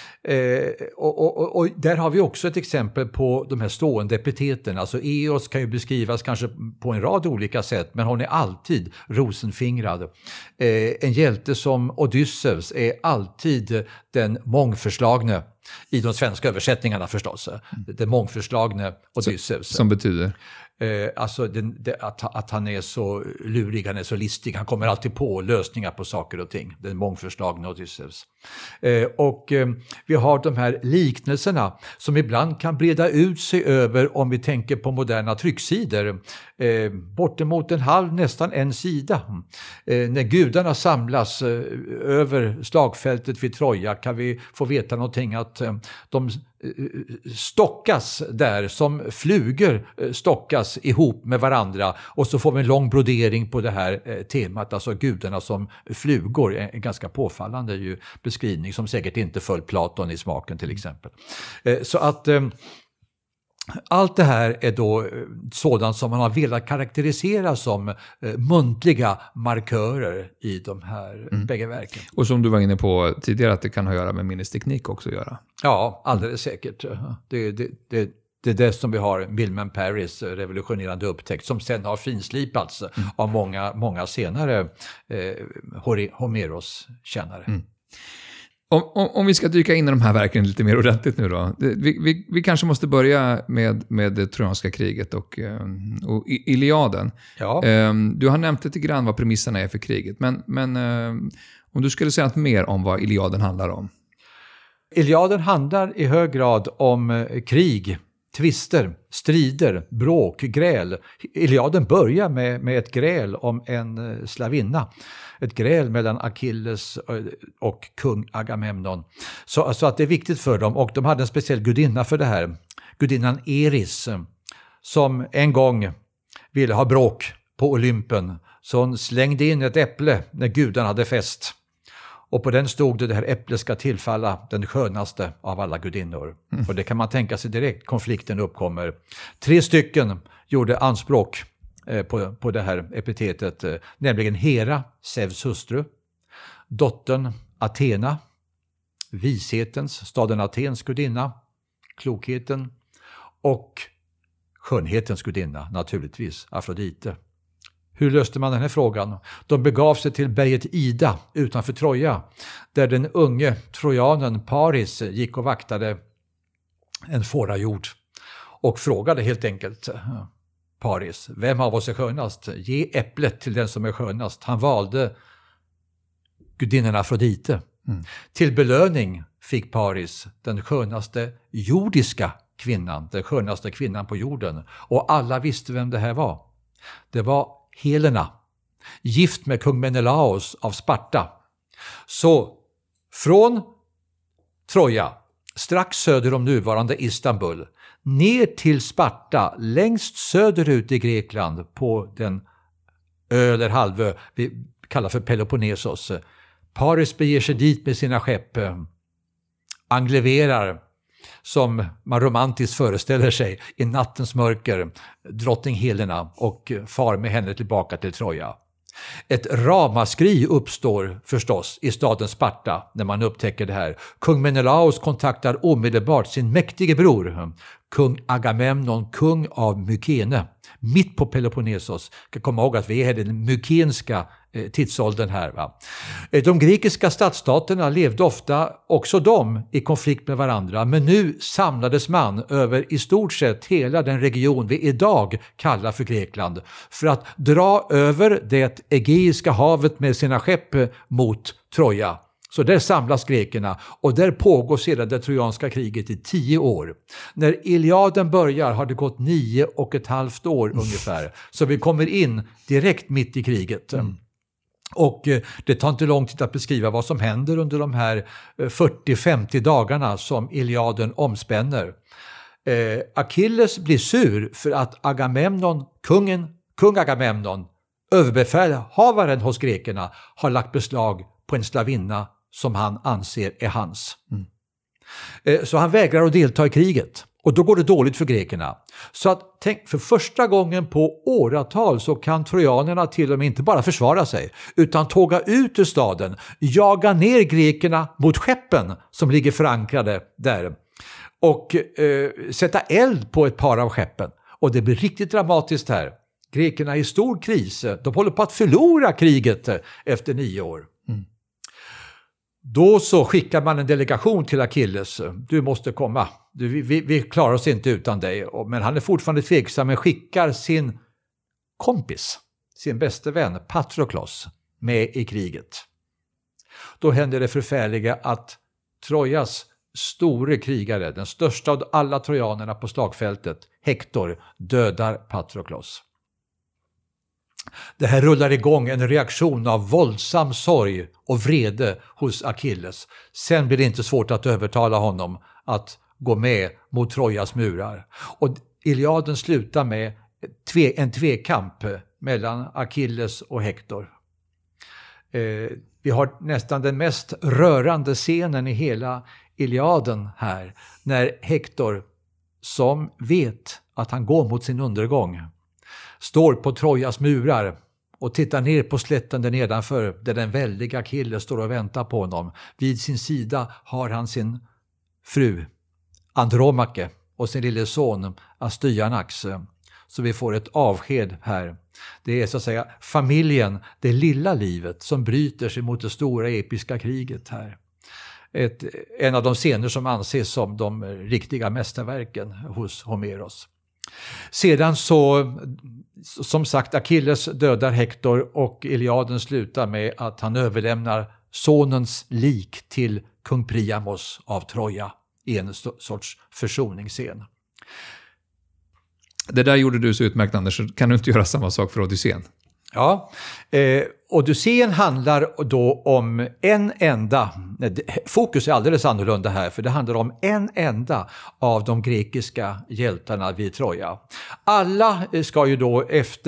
och där har vi också ett exempel på de här stående epiteten. Alltså Eos kan ju beskrivas kanske på en rad olika sätt, men hon är alltid rosenfingrad. En hjälte som Odysseus är alltid den mångförslagne. I de svenska översättningarna förstås. Den mångförslagne Odysseus. Som betyder? Alltså att han är så lurig, han är så listig. Han kommer alltid på lösningar på saker och ting. Den mångförslagne Odysseus. Och vi har de här liknelserna som ibland kan breda ut sig över, om vi tänker på moderna trycksidor, bortemot en halv, nästan en sida. När gudarna samlas över slagfältet vid Troja kan vi få veta någonting att de stockas där som flugor stockas ihop med varandra, och så får vi en lång brodering på det här temat, alltså gudarna som flugor, en ganska påfallande ju beskrivning som säkert inte föll Platon i smaken till exempel. Så att allt det här är då sådant som man har velat karaktärisera som muntliga markörer i de här bägge verken. Och som du var inne på tidigare, att det kan ha att göra med minnesteknik också att göra. Ja, alldeles säkert. Det är det som vi har Milman Parrys revolutionerande upptäckt, som sen har finslipats av många senare Homeros-kännare. Om vi ska dyka in i de här verken lite mer ordentligt nu då. Vi kanske måste börja med det trojanska kriget och Iliaden. Ja. Du har nämnt lite grann vad premisserna är för kriget. Men om du skulle säga något mer om vad Iliaden handlar om? Iliaden handlar i hög grad om krig, tvister, strider, bråk, gräl. Iliaden börjar med ett gräl om en slavinna. Ett gräl mellan Achilles och kung Agamemnon. Så att det är viktigt för dem, och de hade en speciell gudinna för det här. Gudinnan Eris, som en gång ville ha bråk på Olympen. Så hon slängde in ett äpple när gudarna hade fest. Och på den stod det här äpplet ska tillfalla den skönaste av alla gudinnor. Och det kan man tänka sig direkt, konflikten uppkommer. 3 stycken gjorde anspråk på det här epitetet, nämligen Hera, Zeus hustru, dottern Athena, vishetens, staden Atens gudinna, klokheten, och skönhetens gudinna, naturligtvis Afrodite. Hur löste man den här frågan? De begav sig till berget Ida utanför Troja, där den unge trojanen Paris gick och vaktade en fårajord och frågade helt enkelt Paris, vem av oss är skönast? Ge äpplet till den som är skönast. Han valde gudinnan Afrodite. Till belöning fick Paris den skönaste jordiska kvinnan, den skönaste kvinnan på jorden. Och alla visste vem det här var. Det var Helena, gift med kung Menelaos av Sparta. Så från Troja, strax söder om nuvarande Istanbul, ner till Sparta, längst söderut i Grekland på den ö eller halvö vi kallar för Peloponnesos. Paris beger sig dit med sina skepp, angleverar, som man romantiskt föreställer sig, i nattens mörker drottning Helena och far med henne tillbaka till Troja. Ett ramaskri uppstår förstås i staden Sparta när man upptäcker det här. Kung Menelaos kontaktar omedelbart sin mäktige bror, kung Agamemnon, kung av Mykene, mitt på Peloponnesos. Jag kan komma ihåg att vi är i den mykenska tidsåldern här. Va? De grekiska stadsstaterna levde ofta, också de, i konflikt med varandra. Men nu samlades man över i stort sett hela den region vi idag kallar för Grekland för att dra över det Egeiska havet med sina skepp mot Troja. Så där samlas grekerna och där pågår sedan det trojanska kriget i 10 år. När Iliaden börjar har det gått 9,5 år ungefär. Så vi kommer in direkt mitt i kriget. Och det tar inte lång tid att beskriva vad som händer under de här 40-50 dagarna som Iliaden omspänner. Achilles blir sur för att Agamemnon, kung Agamemnon, överbefälhavaren hos grekerna, har lagt beslag på en slavinna som han anser är hans. Så han vägrar att delta i kriget. Och då går det dåligt för grekerna. Så att, tänk, för första gången på åratal så kan trojanerna till och med inte bara försvara sig utan tåga ut ur staden, jaga ner grekerna mot skeppen som ligger förankrade där och sätta eld på ett par av skeppen. Och det blir riktigt dramatiskt här. Grekerna är i stor kris. De håller på att förlora kriget efter 9 år. Då så skickar man en delegation till Achilles. Du måste komma. Vi klarar oss inte utan dig. Men han är fortfarande tveksam, men skickar sin kompis, sin bästa vän Patroklos, med i kriget. Då händer det förfärliga att Trojas store krigare, den största av alla trojanerna på slagfältet, Hektor, dödar Patroklos. Det här rullar igång en reaktion av våldsam sorg och vrede hos Achilles. Sen blir det inte svårt att övertala honom att gå med mot Trojas murar. Och Iliaden slutar med en tvekamp mellan Achilles och Hektor. Vi har nästan den mest rörande scenen i hela Iliaden här. När Hektor, som vet att han går mot sin undergång, står på Trojas murar och tittar ner på slätten där nedanför där den väldiga Achilles står och väntar på honom. Vid sin sida har han sin fru Andromake och sin lille son Astyanax. Så vi får ett avsked här. Det är så att säga familjen, det lilla livet som bryter sig mot det stora episka kriget här. En av de scener som anses som de riktiga mästerverken hos Homeros. Sedan så, som sagt, Achilles dödar Hektor och Iliaden slutar med att han överlämnar sonens lik till kung Priamos av Troja i en sorts försoningsscen. Det där gjorde du så utmärkt, Anders, så kan du inte göra samma sak för Odysseen? Ja, Odysseen handlar då om en enda, fokus är alldeles annorlunda här, för det handlar om en enda av de grekiska hjältarna vid Troja. Alla ska ju då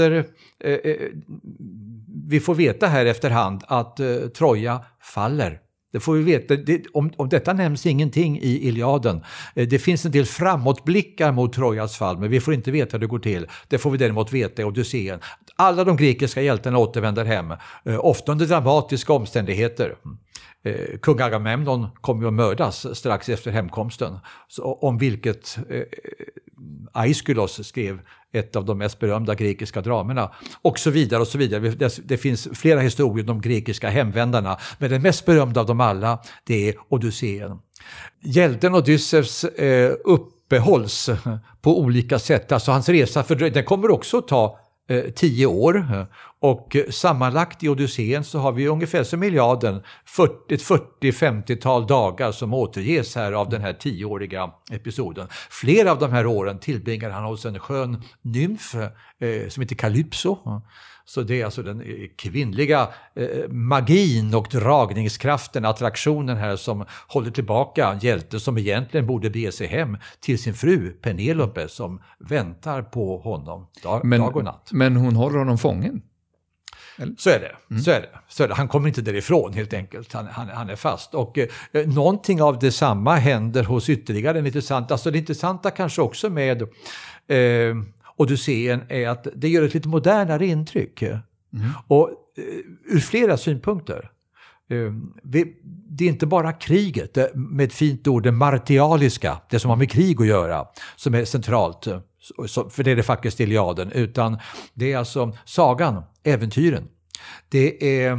vi får veta här efterhand att Troja faller. Det får vi veta. Om detta nämns ingenting i Iliaden. Det finns en del framåtblickar mot Trojas fall, men vi får inte veta hur det går till. Det får vi däremot veta i Odysseen. Alla de grekiska hjältarna återvänder hem, ofta under dramatiska omständigheter. Kung Agamemnon kommer att mördas strax efter hemkomsten, om vilket Aeschylus skrev ett av de mest berömda grekiska dramerna, och så vidare och så vidare. Det finns flera historier om de grekiska hemvändarna, men den mest berömda av dem alla, det är Odysseen. Hjälten Odysseus uppehålls på olika sätt. Alltså hans resa, för den kommer också att ta 10 år, och sammanlagt i Odysseen så har vi ungefär som Iliaden 40-50-tal dagar som återges här av den här 10-åriga episoden. Flera av de här åren tillbringar han hos en skön nymf som heter Calypso. Så det är alltså den kvinnliga magin och dragningskraften, attraktionen här, som håller tillbaka hjälten som egentligen borde bege sig hem till sin fru Penelope som väntar på honom dag och natt. Men hon håller honom fången? Eller? Så är det. Han kommer inte därifrån helt enkelt. Han är fast. Och någonting av detsamma händer hos ytterligare en intressant. Alltså det intressanta kanske också med Odysseen är att det gör ett lite modernare intryck. Och ur flera synpunkter. Det är inte bara kriget, med ett fint ord, det martialiska, det som har med krig att göra, som är centralt, för det är det faktiskt Iliaden, utan det är alltså sagan, äventyren. Det är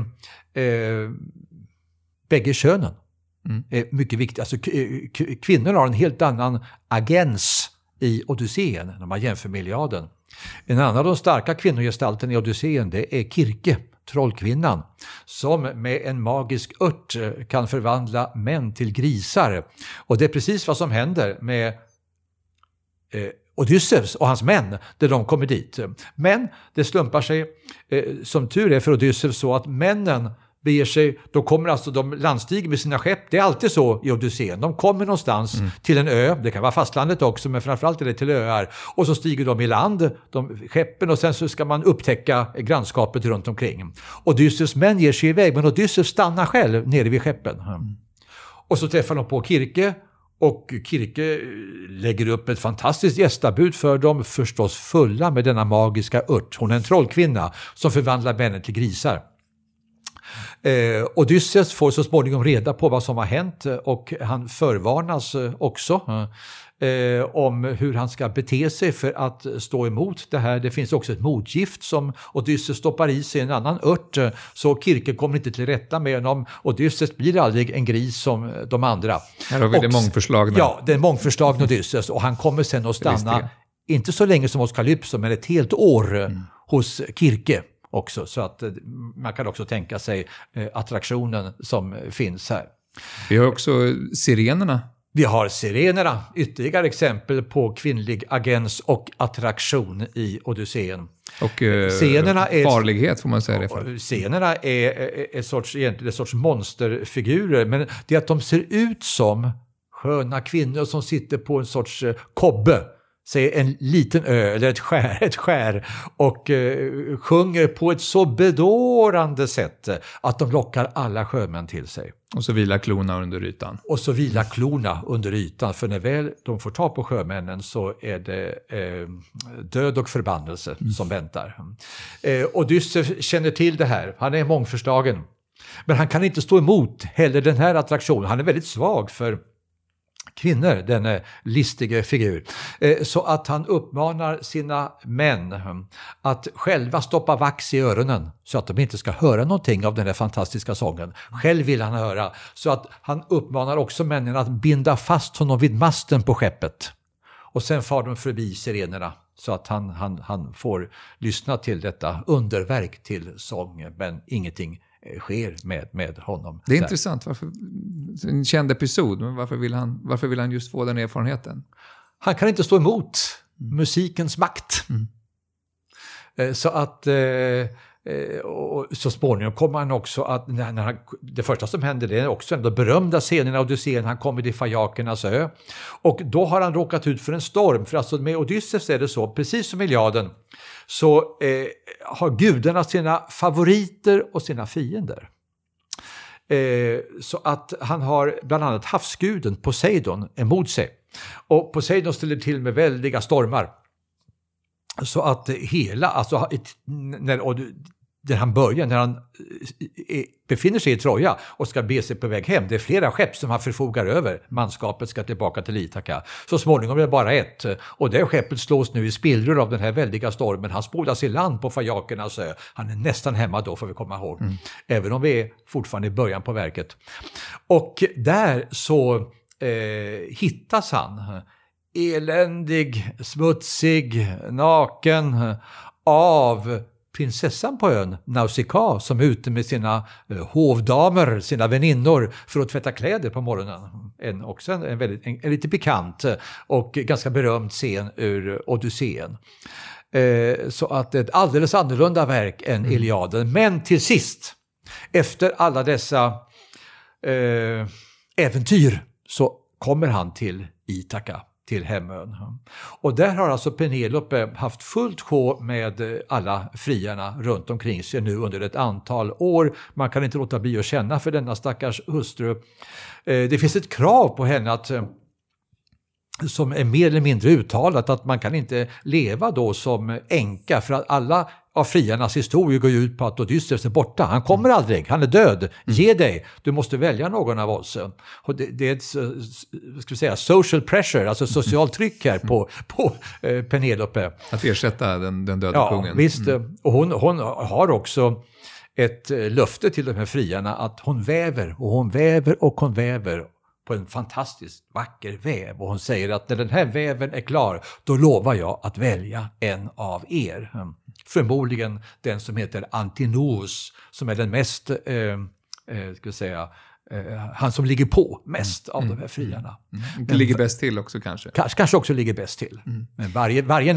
bägge könen. Är mycket viktigt. Alltså, kvinnor har en helt annan agens i Odysseen när man jämför med Iliaden. En annan av de starka kvinnogestalten i Odysseen, det är Kirke, trollkvinnan, som med en magisk ört kan förvandla män till grisar. Och det är precis vad som händer med Odysseus och hans män där de kommer dit. Men det slumpar sig, som tur är för Odysseus, så att männen beger sig, då kommer alltså de landstiger med sina skepp. Det är alltid så i Odysseen. De kommer någonstans till en ö, det kan vara fastlandet också, men framförallt är det till öar. Och så stiger de i land, skeppen, och sen så ska man upptäcka grannskapet runt omkring. Odysseus män ger sig iväg, men Odysseus stannar själv nere vid skeppen. Och så träffar de på Kirke, och Kirke lägger upp ett fantastiskt gästabud för dem, förstås fulla med denna magiska ört. Hon är en trollkvinna som förvandlar männen till grisar. Odysseus får så småningom reda på vad som har hänt, och han förvarnas också om hur han ska bete sig för att stå emot det här. Det finns också ett motgift som Odysseus stoppar i sig, en annan ört, så Kirke kommer inte till rätta med honom. Odysseus blir aldrig en gris som de andra. Här har vi det mångförslagna. Ja, det är mångförslagna Odysseus, och han kommer sen att stanna inte så länge som hos Kalypso, men ett helt år hos Kirke också, så att man kan också tänka sig attraktionen som finns här. Vi har också sirenerna. Vi har sirenerna, ytterligare exempel på kvinnlig agens och attraktion i Odysseen. Och farlighet får man säga det. Scenerna är egentligen en sorts monsterfigurer, men det är att de ser ut som sköna kvinnor som sitter på en sorts kobbe, säg en liten ö eller ett skär, och sjunger på ett så bedårande sätt att de lockar alla sjömän till sig. Och så vilar klorna under ytan. För när väl de får ta på sjömännen så är det död och förbannelse som väntar. Odysseus känner till det här. Han är mångförslagen. Men han kan inte stå emot heller den här attraktionen. Han är väldigt svag för kvinnor, denna listiga figur. Så att han uppmanar sina män att själva stoppa vax i öronen så att de inte ska höra någonting av den här fantastiska sången. Själv vill han höra, så att han uppmanar också männen att binda fast honom vid masten på skeppet. Och sen far de förbi sirenerna så att han får lyssna till detta underverk till sång, men ingenting sker med honom. Det är intressant. Varför, en känd episod, men varför vill han just få den erfarenheten? Han kan inte stå emot musikens makt. Så att och så småningom kommer han också att det första som händer, det är också den berömda scenen av Odysseen. Han kommer till Fajakernas ö, och då har han råkat ut för en storm. För alltså med Odysseus är det så, precis som Iliaden, så har gudarna sina favoriter och sina fiender. Så att han har bland annat havsguden Poseidon emot sig. Och Poseidon ställer till med väldiga stormar. Så att när han befinner sig i Troja och ska be sig på väg hem, det är flera skepp som han förfogar över. Manskapet ska tillbaka till Ithaka. Så småningom är det bara ett, och det skeppet slås nu i spillror av den här väldiga stormen. Han spolas i land på Fajakernas ö. Han är nästan hemma då, får vi komma ihåg. Även om vi är fortfarande i början på verket. Och där så hittas han eländig, smutsig, naken av prinsessan på ön, Nausicaa, som är ute med sina hovdamer, sina väninnor, för att tvätta kläder på morgonen. En lite pikant och ganska berömd scen ur Odysseen. Så att ett alldeles annorlunda verk än Iliaden. Men till sist, efter alla dessa äventyr, så kommer han till Ithaka, till hemön. Och där har alltså Penelope haft fullt sjå med alla friarna runt omkring sig nu under ett antal år. Man kan inte låta bli att känna för denna stackars hustru. Det finns ett krav på henne att som är mer eller mindre uttalat att man kan inte leva då som änka, för att alla av friarnas historier går ut på att Odysseus är borta. Han kommer aldrig, han är död. Ge dig, du måste välja någon av oss. Och det är ett, ska vi säga, social pressure, alltså social tryck här på Penelope. Att ersätta den döda kungen. Ja, visst. Och hon har också ett löfte till de här friarna att hon väver och hon väver och hon väver på en fantastiskt vacker väv. Och hon säger att när den här väven är klar, då lovar jag att välja en av er. Förmodligen den som heter Antinous, som är den mest, ska vi säga, han som ligger på mest av de här friarna. Det ligger bäst till också kanske. Kanske också ligger bäst till. Men varje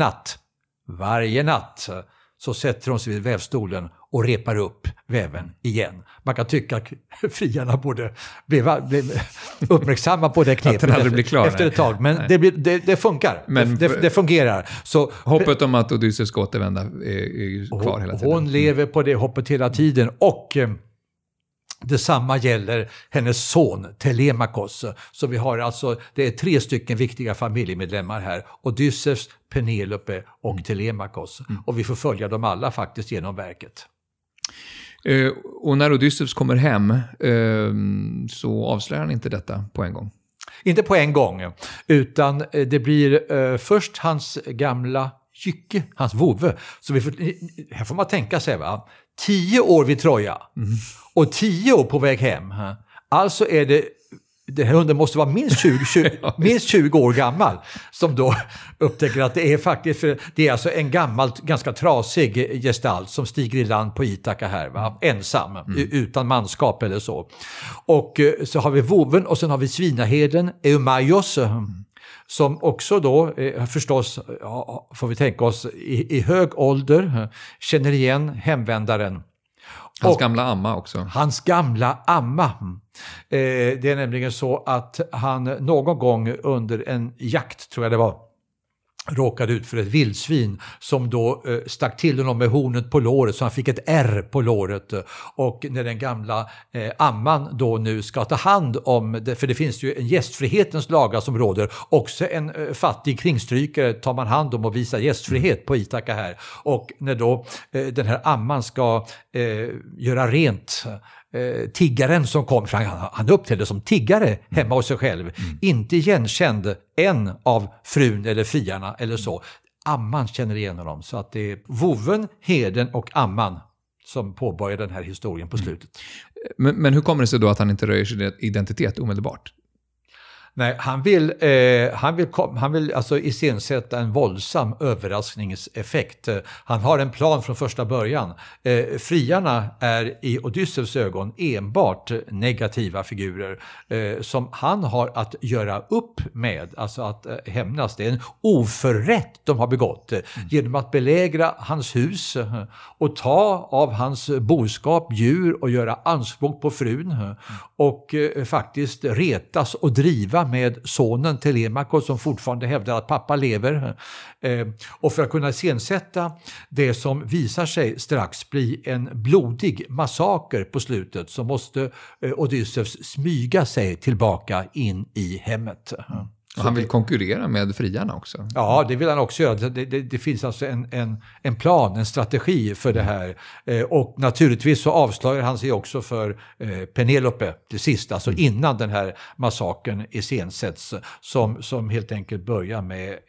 natt så sätter hon sig vid vävstolen och repar upp väven igen. Man kan tycka att friarna borde bli uppmärksamma på det knepet efter ett tag. Men det funkar. Men det fungerar. Så, hoppet om att Odysseus ska återvända är kvar hela tiden. Hon lever på det hoppet hela tiden. Och detsamma gäller hennes son Telemachos. Så vi har alltså, det är 3 stycken viktiga familjemedlemmar här. Odysseus, Penelope och Telemachos. Och vi får följa dem alla faktiskt genom verket. Och när Odysseus kommer hem så avslöjar han inte detta på en gång. Inte på en gång, utan det blir först hans gamla jycke, hans vovve. Så här får man tänka sig, va? 10 år vid Troja och 10 år på väg hem. Alltså är det här hunden måste vara minst 20 år gammal, som då upptäcker att det är faktiskt, för det är alltså en gammal, ganska trasig gestalt som stiger i land på Ithaka här, va? Ensam, utan manskap eller så. Och så har vi voven och sen har vi svinaherden Eumaios, som också då förstås, får vi tänka oss, i hög ålder känner igen hemvändaren. Hans gamla amma också. Hans gamla amma. Det är nämligen så att han någon gång under en jakt, tror jag det var, råkade ut för ett vildsvin som då stack till honom med hornet på låret, så han fick ett R på låret. Och när den gamla amman då nu ska ta hand om det, för det finns ju en gästfrihetens lagar som råder, också en fattig kringstrykare tar man hand om och visar gästfrihet på Ithaka här. Och när då den här amman ska göra rent tiggaren som kom, för han uppträdde som tiggare hemma hos sig själv, inte igenkänd en av frun eller friarna eller så. Amman känner igen honom, så att det är voven, herden och amman som påbörjar den här historien på slutet. Men hur kommer det sig då att han inte röjer sin identitet omedelbart? Nej, han vill alltså iscensätta en våldsam överraskningseffekt. Han har en plan från första början. Friarna är i Odysseus ögon enbart negativa figurer som han har att göra upp med, alltså att hämnas. Det är en oförrätt de har begått genom att belägra hans hus och ta av hans boskap, djur, och göra anspråk på frun och faktiskt retas och driva med sonen Telemachos som fortfarande hävdar att pappa lever. Och för att kunna iscensätta det som visar sig strax bli en blodig massaker på slutet, så måste Odysseus smyga sig tillbaka in i hemmet. Och han vill konkurrera med friarna också. Ja, det vill han också göra. Det finns alltså en plan, en strategi för det här. Och naturligtvis så avslöjar han sig också för Penelope till sist, alltså innan den här massakern iscensätts, som helt enkelt börjar med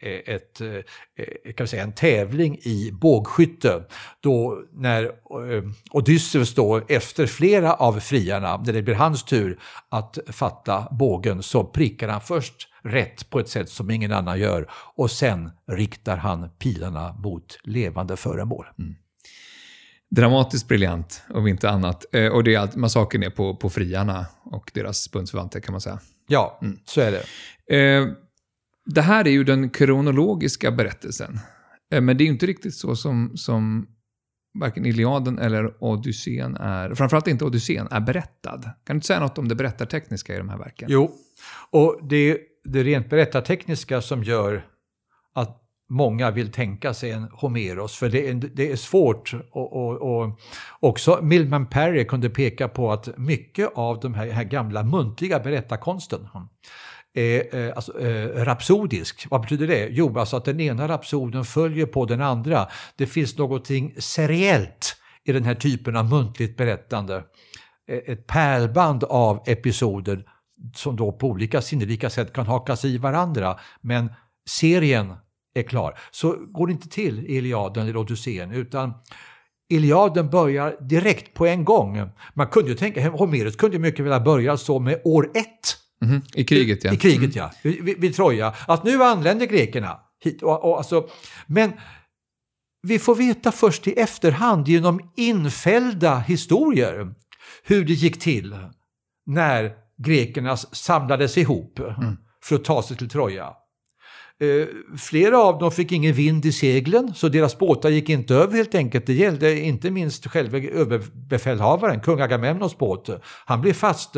en tävling i bågskytte. Då när Odysseus då, efter flera av friarna, när det blir hans tur att fatta bågen, så prickar han först rätt på ett sätt som ingen annan gör, och sen riktar han pilarna mot levande föremål. Dramatiskt briljant, om inte annat. Och det är allt, massakern är på friarna och deras bundsförvanter, kan man säga. Ja, så är det. Det här är ju den kronologiska berättelsen. Men det är ju inte riktigt så som varken Iliaden eller Odysseen är, framförallt inte Odysseen, är berättad. Kan du inte säga något om det berättartekniska i de här verken? Jo, och det rent berättartekniska som gör att många vill tänka sig en Homeros, för det är svårt, och också Milman Parry kunde peka på att mycket av de här gamla muntliga berättarkonsten är rapsodisk. Vad betyder det? Jo, alltså att den ena rapsoden följer på den andra. Det finns någonting seriellt i den här typen av muntligt berättande. Ett pärlband av episoder som då på olika sinnelika sätt kan hakas i varandra. Men serien är klar. Så går det inte till i Iliaden eller Odysseen, utan Iliaden börjar direkt på en gång. Man kunde ju tänka, Homeros kunde ju mycket väl börja så med år 1. I kriget, ja. I kriget, ja. Vid Troja. Att nu anländer grekerna hit. Men vi får veta först i efterhand genom infällda historier hur det gick till när grekerna samlades ihop för att ta sig till Troja. Flera av dem fick ingen vind i seglen, så deras båtar gick inte över helt enkelt. Det gällde inte minst själva överbefälhavaren, kung Agamemnons båt. Han blev fast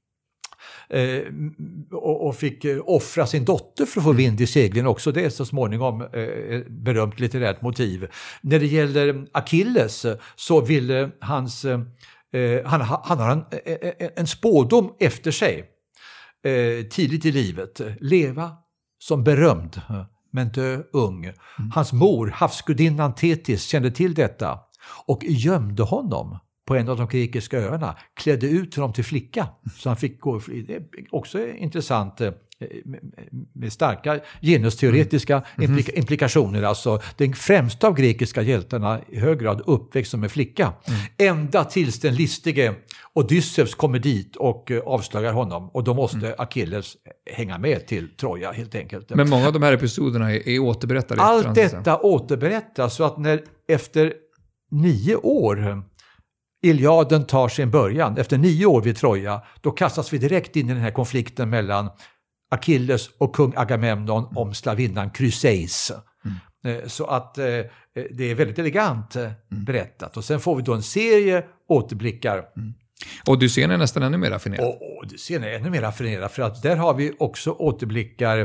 och fick offra sin dotter för att få vind i seglen också. Det är så småningom berömt litterärt motiv. När det gäller Achilles så ville han har en spådom efter sig tidigt i livet. Leva som berömd, men dö ung. Hans mor, havsgudinnan Thetis, kände till detta och gömde honom på en av de grekiska öarna, klädde ut honom till flicka. Så han fick gå. Det är också intressant med starka genusteoretiska implikationer. Alltså den främsta av grekiska hjältarna i hög grad uppväxt som en flicka. Ända tills den listige Odysseus kommer dit och avslöjar honom. Och då måste Achilles hänga med till Troja helt enkelt. Men många av de här episoderna är återberättade. Allt detta återberättas, så att när efter 9 år Iliaden tar sin början, efter 9 år vid Troja, då kastas vi direkt in i den här konflikten mellan Achilles och kung Agamemnon om slavinnan Chryseis. Så att det är väldigt elegant berättat. Och sen får vi då en serie återblickar. Odysseen är nästan ännu mer raffinerad. Odysseen är ännu mer raffinerad, för att där har vi också återblickar.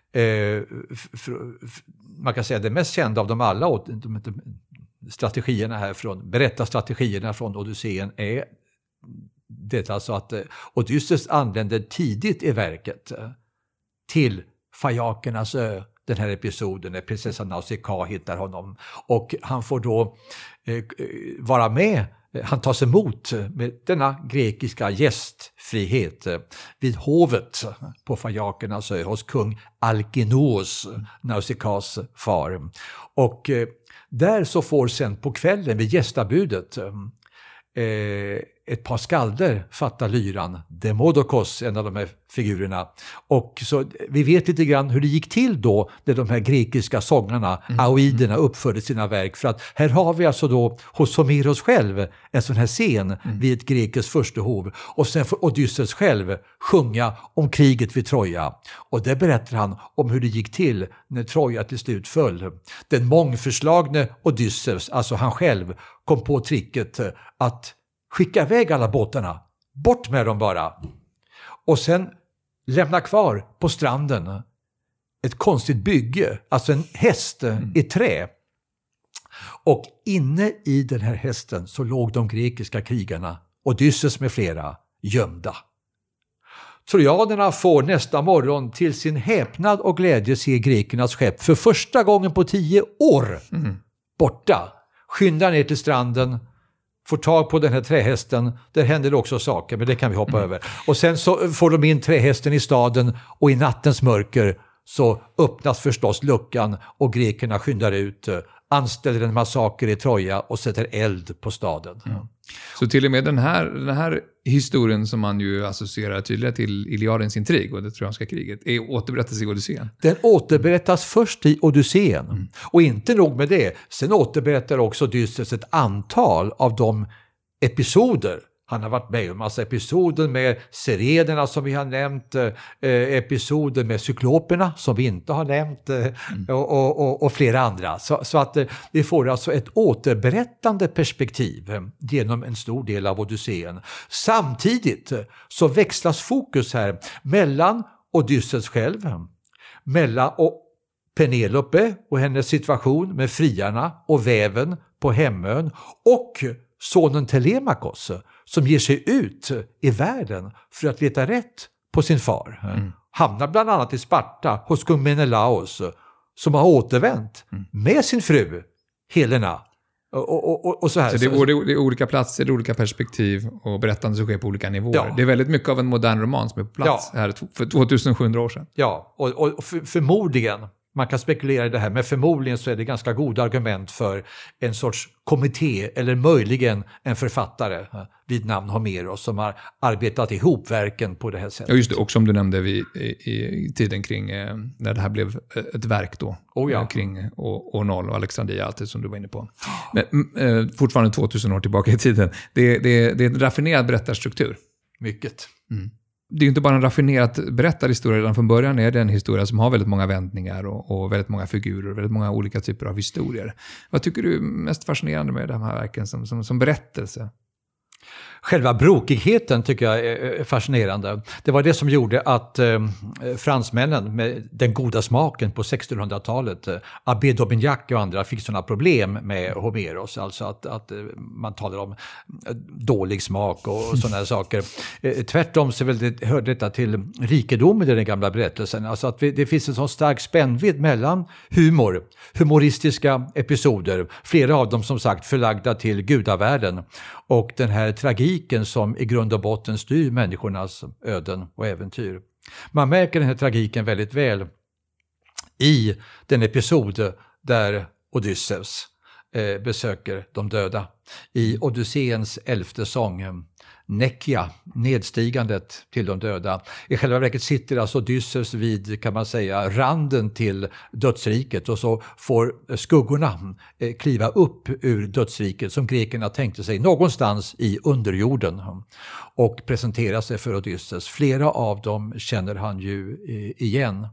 Man kan säga det mest kända av dem alla, strategierna här berättarstrategierna från Odysseen är det, alltså att Odysseus anländer tidigt i verket till Fajakernas ö, den här episoden när prinsessan Nausicaa hittar honom, och han får då vara med. Han tas emot med denna grekiska gästfrihet vid hovet på Fajakernas ö hos kung Alkinoos, Nausicaas far. Och där så får sen på kvällen vid gästabudet ett par skalder fatta lyran, Demodokos, en av de här figurerna. Och så vi vet lite grann hur det gick till då när de här grekiska sångarna, aoiderna, uppförde sina verk. För att här har vi alltså då hos Homeros själv en sån här scen vid ett grekiskt furstehov. Och sen får Odysseus själv sjunga om kriget vid Troja. Och där berättar han om hur det gick till när Troja till slut föll. Den mångförslagne Odysseus, alltså han själv, kom på tricket att skicka iväg alla båtarna, bort med dem bara. Och sen lämna kvar på stranden ett konstigt bygge, alltså en häst i trä. Och inne i den här hästen så låg de grekiska krigarna, Odysseus med flera, gömda. Trojanerna får nästa morgon till sin häpnad och glädje se grekernas skepp för första gången på 10 år borta. Skyndar ner till stranden, får tag på den här trähästen. Där händer det också saker, men det kan vi hoppa över. Och sen så får de in trähästen i staden, och i nattens mörker så öppnas förstås luckan och grekerna skyndar ut, anställer en massaker i Troja och sätter eld på staden. Så till och med den här historien som man ju associerar tydligt till Iliadens intrig och det trojanska kriget återberättas i Odysseen. Den återberättas först i Odysseen. Och inte nog med det. Sen återberättar också Odysseus ett antal av de episoder han har varit med om. Alltså episoder med sirenerna som vi har nämnt, episoder med cykloperna som vi inte har nämnt och flera andra. Så att vi får alltså ett återberättande perspektiv genom en stor del av Odysseen. Samtidigt så växlas fokus här mellan Odysseus själv, mellan Penelope och hennes situation med friarna och väven på hemön, och sonen Telemakos som ger sig ut i världen för att leta rätt på sin far. hamnar bland annat i Sparta hos kung Menelaos, som har återvänt med sin fru Helena. Och så här. Så det är olika platser, det är olika perspektiv och berättande som sker på olika nivåer. Ja. Det är väldigt mycket av en modern roman som är på plats här för 2700 år sedan. Ja, och förmodligen, man kan spekulera i det här, men förmodligen så är det ganska goda argument för en sorts kommitté eller möjligen en författare vid namn Homeros som har arbetat ihop verken på det här sättet. Ja, just det. Och som du nämnde i tiden kring när det här blev ett verk då. Kring år 0 och Alexandria, allt det som du var inne på. Men fortfarande 2000 år tillbaka i tiden. Det är en raffinerad berättarstruktur. Mycket. Det är ju inte bara en raffinerat berättarhistoria, redan från början är det en historia som har väldigt många vändningar och väldigt många figurer och väldigt många olika typer av historier. Vad tycker du är mest fascinerande med de här verken som berättelse? Själva brokigheten tycker jag är fascinerande. Det var det som gjorde att fransmännen med den goda smaken på 1600-talet, Abbé d'Aubignac och andra, fick sådana problem med Homeros. Alltså att man talar om dålig smak och sådana saker. Tvärtom så hör detta till rikedomen i den gamla berättelsen. Alltså att det finns en sån stark spännvidd mellan humoristiska episoder, flera av dem som sagt förlagda till gudavärlden, och den här tragiken som i grund och botten styr människornas öden och äventyr. Man märker den här tragiken väldigt väl i den episod där Odysseus besöker de döda. I Odysséens 11:e sång, Nekia, nedstigandet till de döda. I själva verket sitter alltså Odysseus vid, kan man säga, randen till dödsriket, och så får skuggorna kliva upp ur dödsriket som grekerna tänkte sig någonstans i underjorden och presentera sig för Odysseus. Flera av dem känner han ju igen.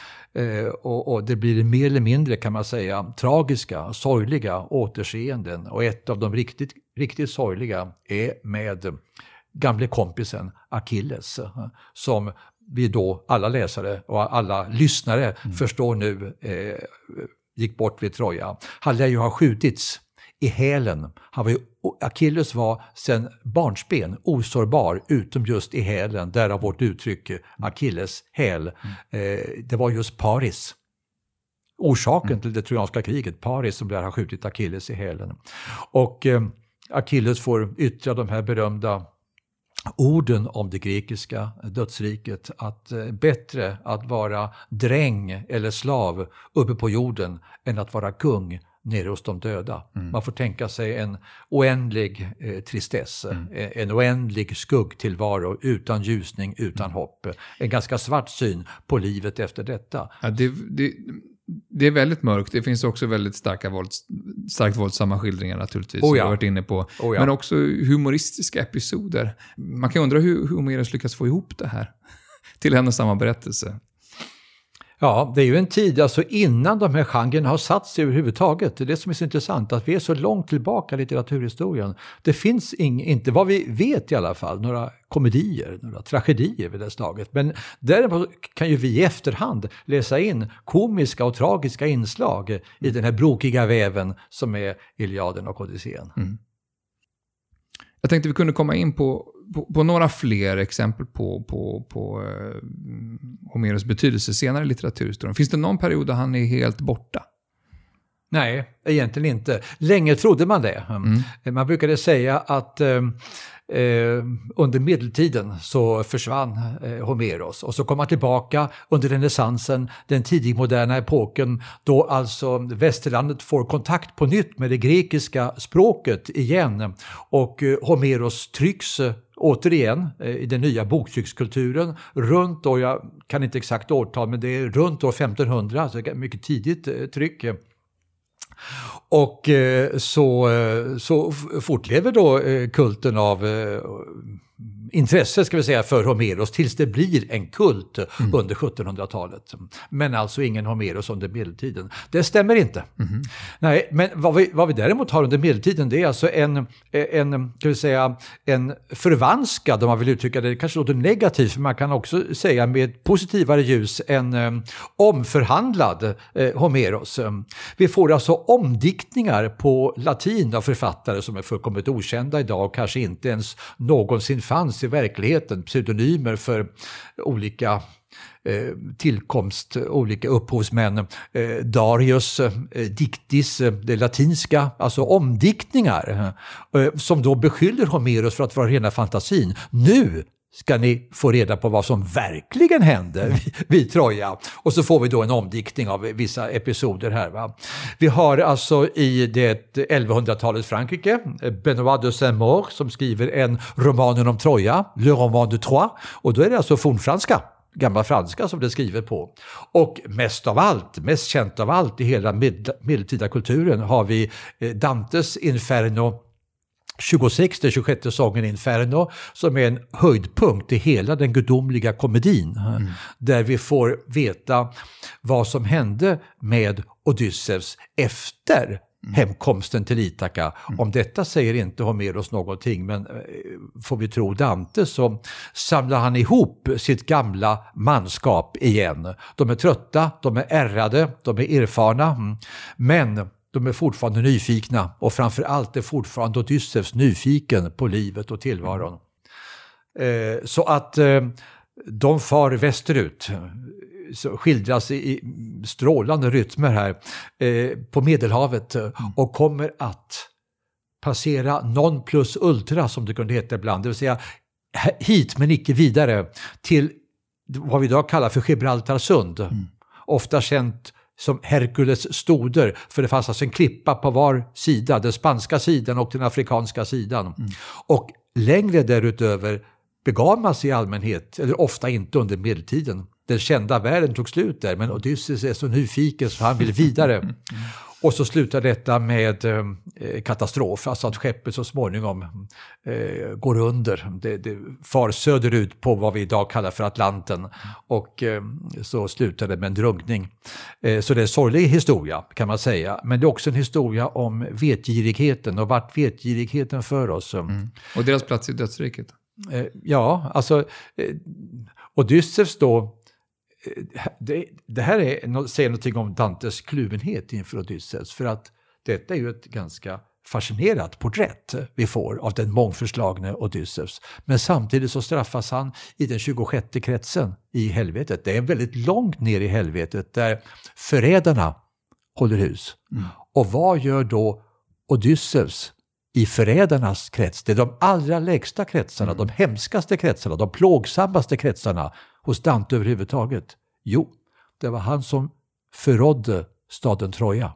Och det blir mer eller mindre, kan man säga, tragiska, sorgliga återseenden, och ett av de riktigt sorgliga är med gamle kompisen Achilles, som vi då alla läsare och alla lyssnare förstår nu gick bort vid Troja. Han lär ju ha skjutits i hälen. Achilles var sedan barnsben osårbar utom just i hälen, därav vårt uttryck Achilles häl. Det var just Paris, orsaken till det trojanska kriget, Paris, som lär ha skjutit Achilles i hälen. Och Achilles får yttra de här berömda orden om det grekiska dödsriket, att bättre att vara dräng eller slav uppe på jorden än att vara kung nere hos de döda. Man får tänka sig en oändlig tristess, en oändlig skuggtillvaro utan ljusning, utan hopp. En ganska svart syn på livet efter detta. Ja, det är väldigt mörkt. Det finns också väldigt starkt våldsamma skildringar naturligtvis, som jag har varit inne på. Men också humoristiska episoder. Man kan undra hur Homeros lyckas få ihop det här till en och samma berättelse. Ja, det är ju en tid alltså innan de här genrerna har satt sig överhuvudtaget. Det är det som är så intressant, att vi är så långt tillbaka i litteraturhistorien. Det finns inte, vad vi vet i alla fall, några komedier, några tragedier vid det slaget. Men däremot kan ju vi i efterhand läsa in komiska och tragiska inslag i den här brokiga väven som är Iliaden och Odysseen. Jag tänkte vi kunde komma in på några fler exempel på Homeros betydelse senare i litteraturhistorien. Finns det någon period där han är helt borta? Nej, egentligen inte. Länge trodde man det. Man brukade säga att under medeltiden så försvann Homeros, och så kom han tillbaka under renässansen, den tidigmoderna epoken, då alltså västerlandet får kontakt på nytt med det grekiska språket igen, och Homeros trycks återigen i den nya boktryckskulturen runt, och jag kan inte exakt årtal, men det är runt år 1500, alltså mycket tidigt tryck. Och så fortlever då kulten av intresse, ska vi säga, för Homeros tills det blir en kult under 1700-talet. Men alltså ingen Homeros under medeltiden. Det stämmer inte. Nej, men vad vi däremot har under medeltiden, det är alltså en förvanskad, om man vill uttrycka det, kanske låter negativt, för man kan också säga med positivare ljus, en omförhandlad Homeros. Vi får alltså omdiktningar på latin av författare som är fullkomligt okända idag och kanske inte ens någonsin fanns i verkligheten, pseudonymer för olika tillkomst, olika upphovsmän, Darius, Dictis, det latinska, alltså omdiktningar som då beskyller Homeros för att vara rena fantasin. Nu ska ni få reda på vad som verkligen hände vid Troja. Och så får vi då en omdiktning av vissa episoder här. Va? Vi har alltså i det 1100-talets Frankrike Benoît de Saint-Maur som skriver en roman om Troja, Le Roman de Troyes. Och då är det alltså fornfranska, gamla franska som det skriver på. Och mest känt av allt i hela medeltida kulturen har vi Dantes Inferno 26, den 26 sången Inferno, som är en höjdpunkt i hela den gudomliga komedin. Där vi får veta vad som hände med Odysseus efter hemkomsten till Ithaka. Om detta säger inte Homeros någonting, men får vi tro Dante så samlar han ihop sitt gamla manskap igen. De är trötta, de är ärrade, de är erfarna, men de är fortfarande nyfikna, och framförallt är fortfarande Odysseus nyfiken på livet och tillvaron. Så att de far västerut, så skildras i strålande rytmer här på Medelhavet, och kommer att passera non plus ultra, som det kunde heta ibland, det vill säga hit men icke vidare till vad vi idag kallar för Gibraltarsund. Ofta känt som Herkules stoder, för det fanns alltså en klippa på var sida, den spanska sidan och den afrikanska sidan. Och längre därutöver begav man sig i allmänhet, eller ofta inte under medeltiden. Den kända världen tog slut där, men Odysseus är så nyfiken så han vill vidare. Och så slutar detta med katastrof, alltså att skeppet så småningom går under. Det far söderut på vad vi idag kallar för Atlanten, och så slutar det med en drunkning. Så det är en sorglig historia kan man säga, men det är också en historia om vetgirigheten och vart vetgirigheten för oss. Och deras plats i dödsriket? Ja, alltså Odysseus då, det här säger någonting om Dantes kluvenhet inför Odysseus, för att detta är ju ett ganska fascinerat porträtt vi får av den mångförslagne Odysseus. Men samtidigt så straffas han i den 26:e kretsen i helvetet. Det är väldigt långt ner i helvetet där förrädarna håller hus. Och vad gör då Odysseus i förrädarnas krets? Det är de allra lägsta kretsarna, de hemskaste kretsarna, de plågsammaste kretsarna hos Dante överhuvudtaget. Jo, det var han som förrådde staden Troja.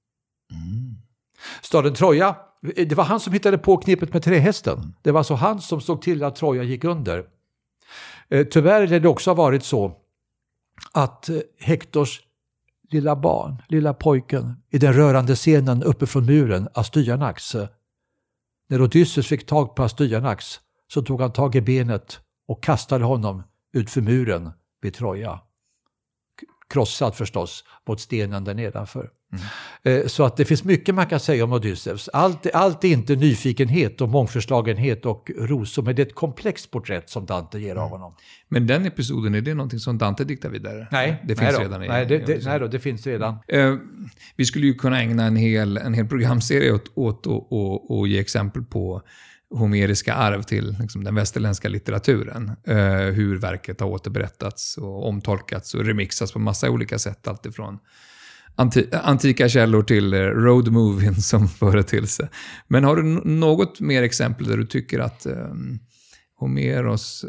Staden Troja, det var han som hittade på knepet med trähästen. Det var alltså han som såg till att Troja gick under. Tyvärr har det också varit så att Hektors lilla barn, lilla pojken, i den rörande scenen uppe från muren, Astyanax. När Odysseus fick tag på Astyanax så tog han tag i benet och kastade honom ut för muren vid Troja. Krossad förstås mot stenen där nedanför. Så att det finns mycket man kan säga om Odysseus. Allt är inte nyfikenhet och mångförslagenhet och rosor, men det är ett komplext porträtt som Dante ger av honom. Men den episoden, är det någonting som Dante diktar vidare? Nej, det finns redan. Det finns redan. Vi skulle ju kunna ägna en hel programserie åt att ge exempel på homeriska arv till liksom, den västerländska litteraturen. Hur verket har återberättats och omtolkats och remixats på massa olika sätt. Allt ifrån antika källor till road movien som företeelse. Men har du något mer exempel där du tycker att Homeros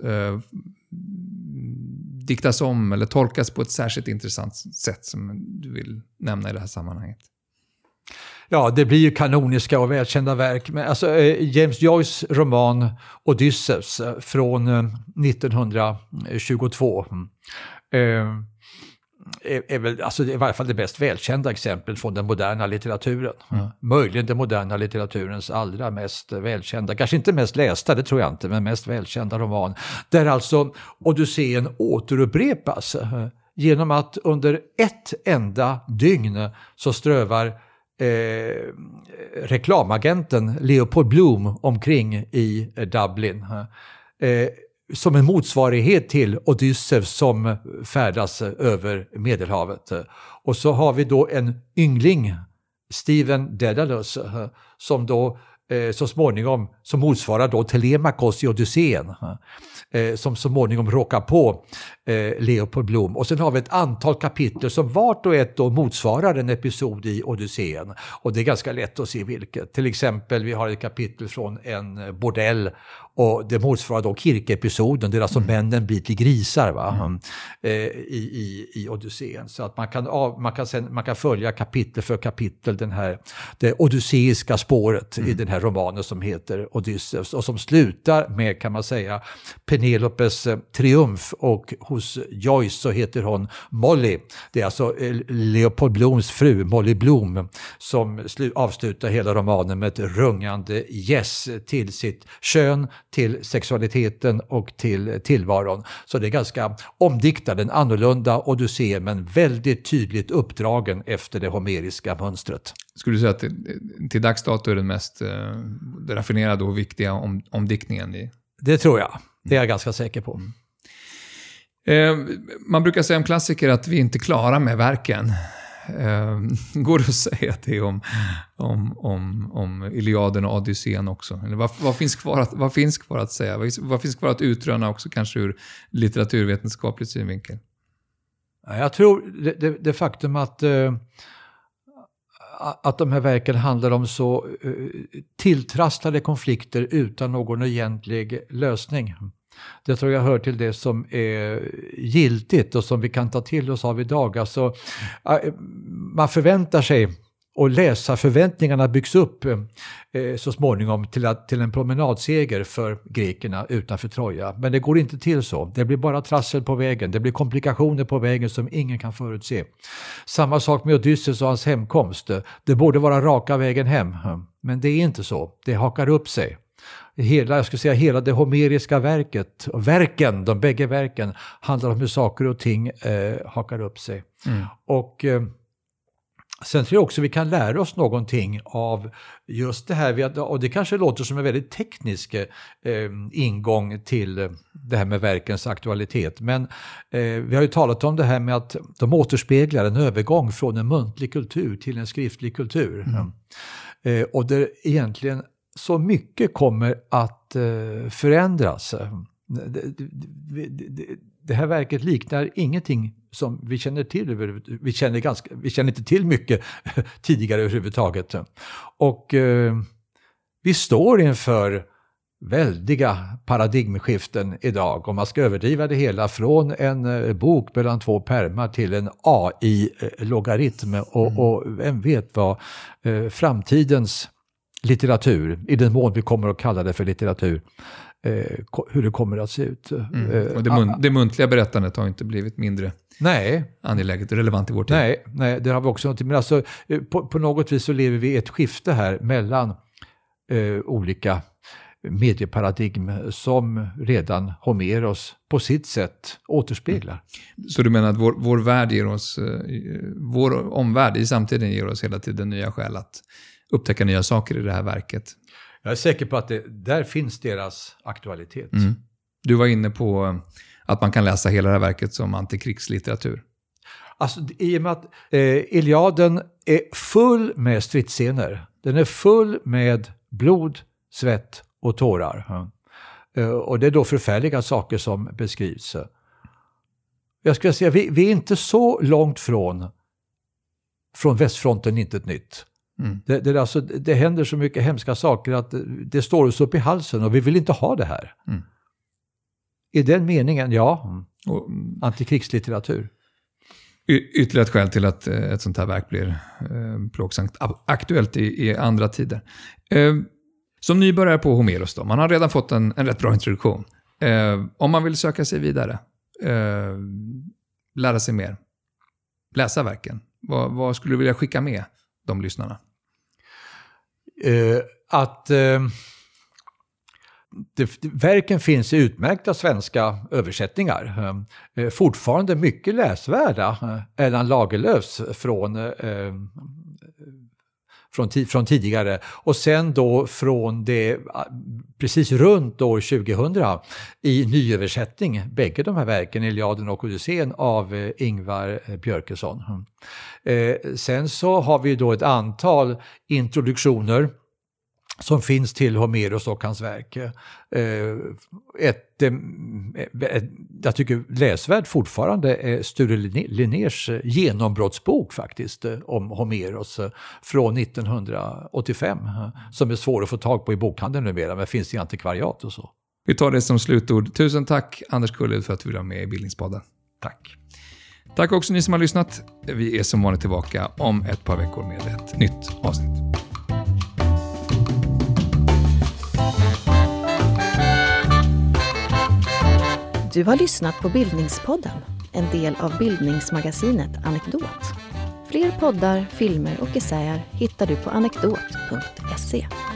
diktas om eller tolkas på ett särskilt intressant sätt som du vill nämna i det här sammanhanget? Ja, det blir ju kanoniska och välkända verk. Men alltså, James Joyce roman Odysseus från 1922 är väl alltså, i varje fall det bäst välkända exemplet från den moderna litteraturen. Möjligen den moderna litteraturens allra mest välkända, kanske inte mest lästa, det tror jag inte, men mest välkända roman. Där alltså Odysseen återupprepas genom att under ett enda dygn så strövar reklamagenten Leopold Bloom omkring i Dublin som en motsvarighet till Odysseus som färdas över Medelhavet. Och så har vi då en yngling, Stephen Dedalus, som då så småningom, som motsvarar då Telemakos i Odysseen, som så småningom råkar på Leopold Bloom. Och sen har vi ett antal kapitel som vart och ett då motsvarar en episod i Odysseen. Och det är ganska lätt att se vilket. Till exempel, vi har ett kapitel från en bordell, och det motsvarar då Kirke-episoden, där alltså männen blir till grisar, va? I Odysseen. Så att man kan följa kapitel för kapitel det odysseiska spåret i den här romanen som heter Odysseus, och som slutar med, kan man säga, Penelopes triumf, och hos Joyce så heter hon Molly. Det är alltså Leopold Blooms fru, Molly Bloom, som avslutar hela romanen med ett rungande yes till sitt kön, till sexualiteten och till tillvaron. Så det är ganska omdiktad, en annorlunda Odyssé, men väldigt tydligt uppdragen efter det homeriska mönstret. Skulle du säga att till dags dato är den mest raffinerade och viktiga omdiktningen i? Det tror jag. Det är jag ganska säker på. Man brukar säga om klassiker att vi inte är klara med verken. Går det att säga det om Iliaden och Odysseen också? Eller vad finns kvar att säga? Vad finns kvar att utröna också, kanske ur litteraturvetenskaplig synvinkel? Jag tror det faktum att de här verken handlar om så tilltrasslade konflikter utan någon egentlig lösning. Det tror jag hör till det som är giltigt och som vi kan ta till oss av idag. Alltså, man förväntar sig, och läsarförväntningarna byggs upp så småningom till en promenadseger för grekerna utanför Troja. Men det går inte till så. Det blir bara trassel på vägen. Det blir komplikationer på vägen som ingen kan förutse. Samma sak med Odysseus och hans hemkomst. Det borde vara raka vägen hem. Men det är inte så. Det hakar upp sig. Hela det homeriska verket, och de bägge verken, handlar om hur saker och ting hakar upp sig. Och sen tror jag också vi kan lära oss någonting av just det här, och det kanske låter som en väldigt teknisk ingång till det här med verkens aktualitet. Men vi har ju talat om det här med att de återspeglar en övergång från en muntlig kultur till en skriftlig kultur. Och där egentligen så mycket kommer att förändras. Det här verket liknar ingenting som vi känner till. Vi känner inte till mycket tidigare överhuvudtaget. Och vi står inför väldiga paradigmskiften idag. Om man ska överdriva det hela från en bok mellan 2 pärmar till en AI-logaritm. Och vem vet vad framtidens litteratur, i den mån vi kommer att kalla det för litteratur, hur det kommer att se ut. Och det muntliga berättandet har inte blivit mindre angeläget och relevant i vår tid. Nej, det har vi också. Men alltså, på något vis så lever vi i ett skifte här mellan olika medieparadigm som redan Homeros på sitt sätt återspeglar. Så du menar att vår värld ger oss, vår omvärld i samtiden ger oss hela tiden nya skäl att upptäcka nya saker i det här verket? Jag är säker på att där finns deras aktualitet. Du var inne på att man kan läsa hela det här verket som antikrigslitteratur. Alltså, i och med att Iliaden är full med stridsscener. Den är full med blod, svett och tårar. Och det är då förfärliga saker som beskrivs. Jag skulle säga, vi är inte så långt från västfronten, inte ett nytt. Det händer så mycket hemska saker att det står oss upp i halsen, och vi vill inte ha det här. I den meningen, antikrigslitteratur. Ytterligare ett skäl till att ett sånt här verk blir plågsamt aktuellt i andra tider. Som nybörjare på Homeros då, man har redan fått en rätt bra introduktion. Om man vill söka sig vidare, lära sig mer, läsa verken, vad skulle du vilja skicka med de lyssnarna? Verken finns i utmärkta svenska översättningar. Fortfarande mycket läsvärda. Erland Lagerlöfs från tidigare. Och sen då från det precis runt år 2000 i nyöversättning. Bägge de här verken, Iliaden och Odysseen, av Ingvar Björkesson. Sen så har vi då ett antal introduktioner som finns till Homeros och hans verk. Jag tycker läsvärd fortfarande är Sture Linnérs genombrottsbok faktiskt om Homeros från 1985 som är svår att få tag på i bokhandeln numera, men finns i antikvariat och så. Vi tar det som slutord. Tusen tack Anders Kulled för att du vill vara med i Bildningspodden. Tack. Tack också ni som har lyssnat. Vi är som vanligt tillbaka om ett par veckor med ett nytt avsnitt. Du har lyssnat på Bildningspodden, en del av bildningsmagasinet Anekdot. Fler poddar, filmer och essäer hittar du på anekdot.se.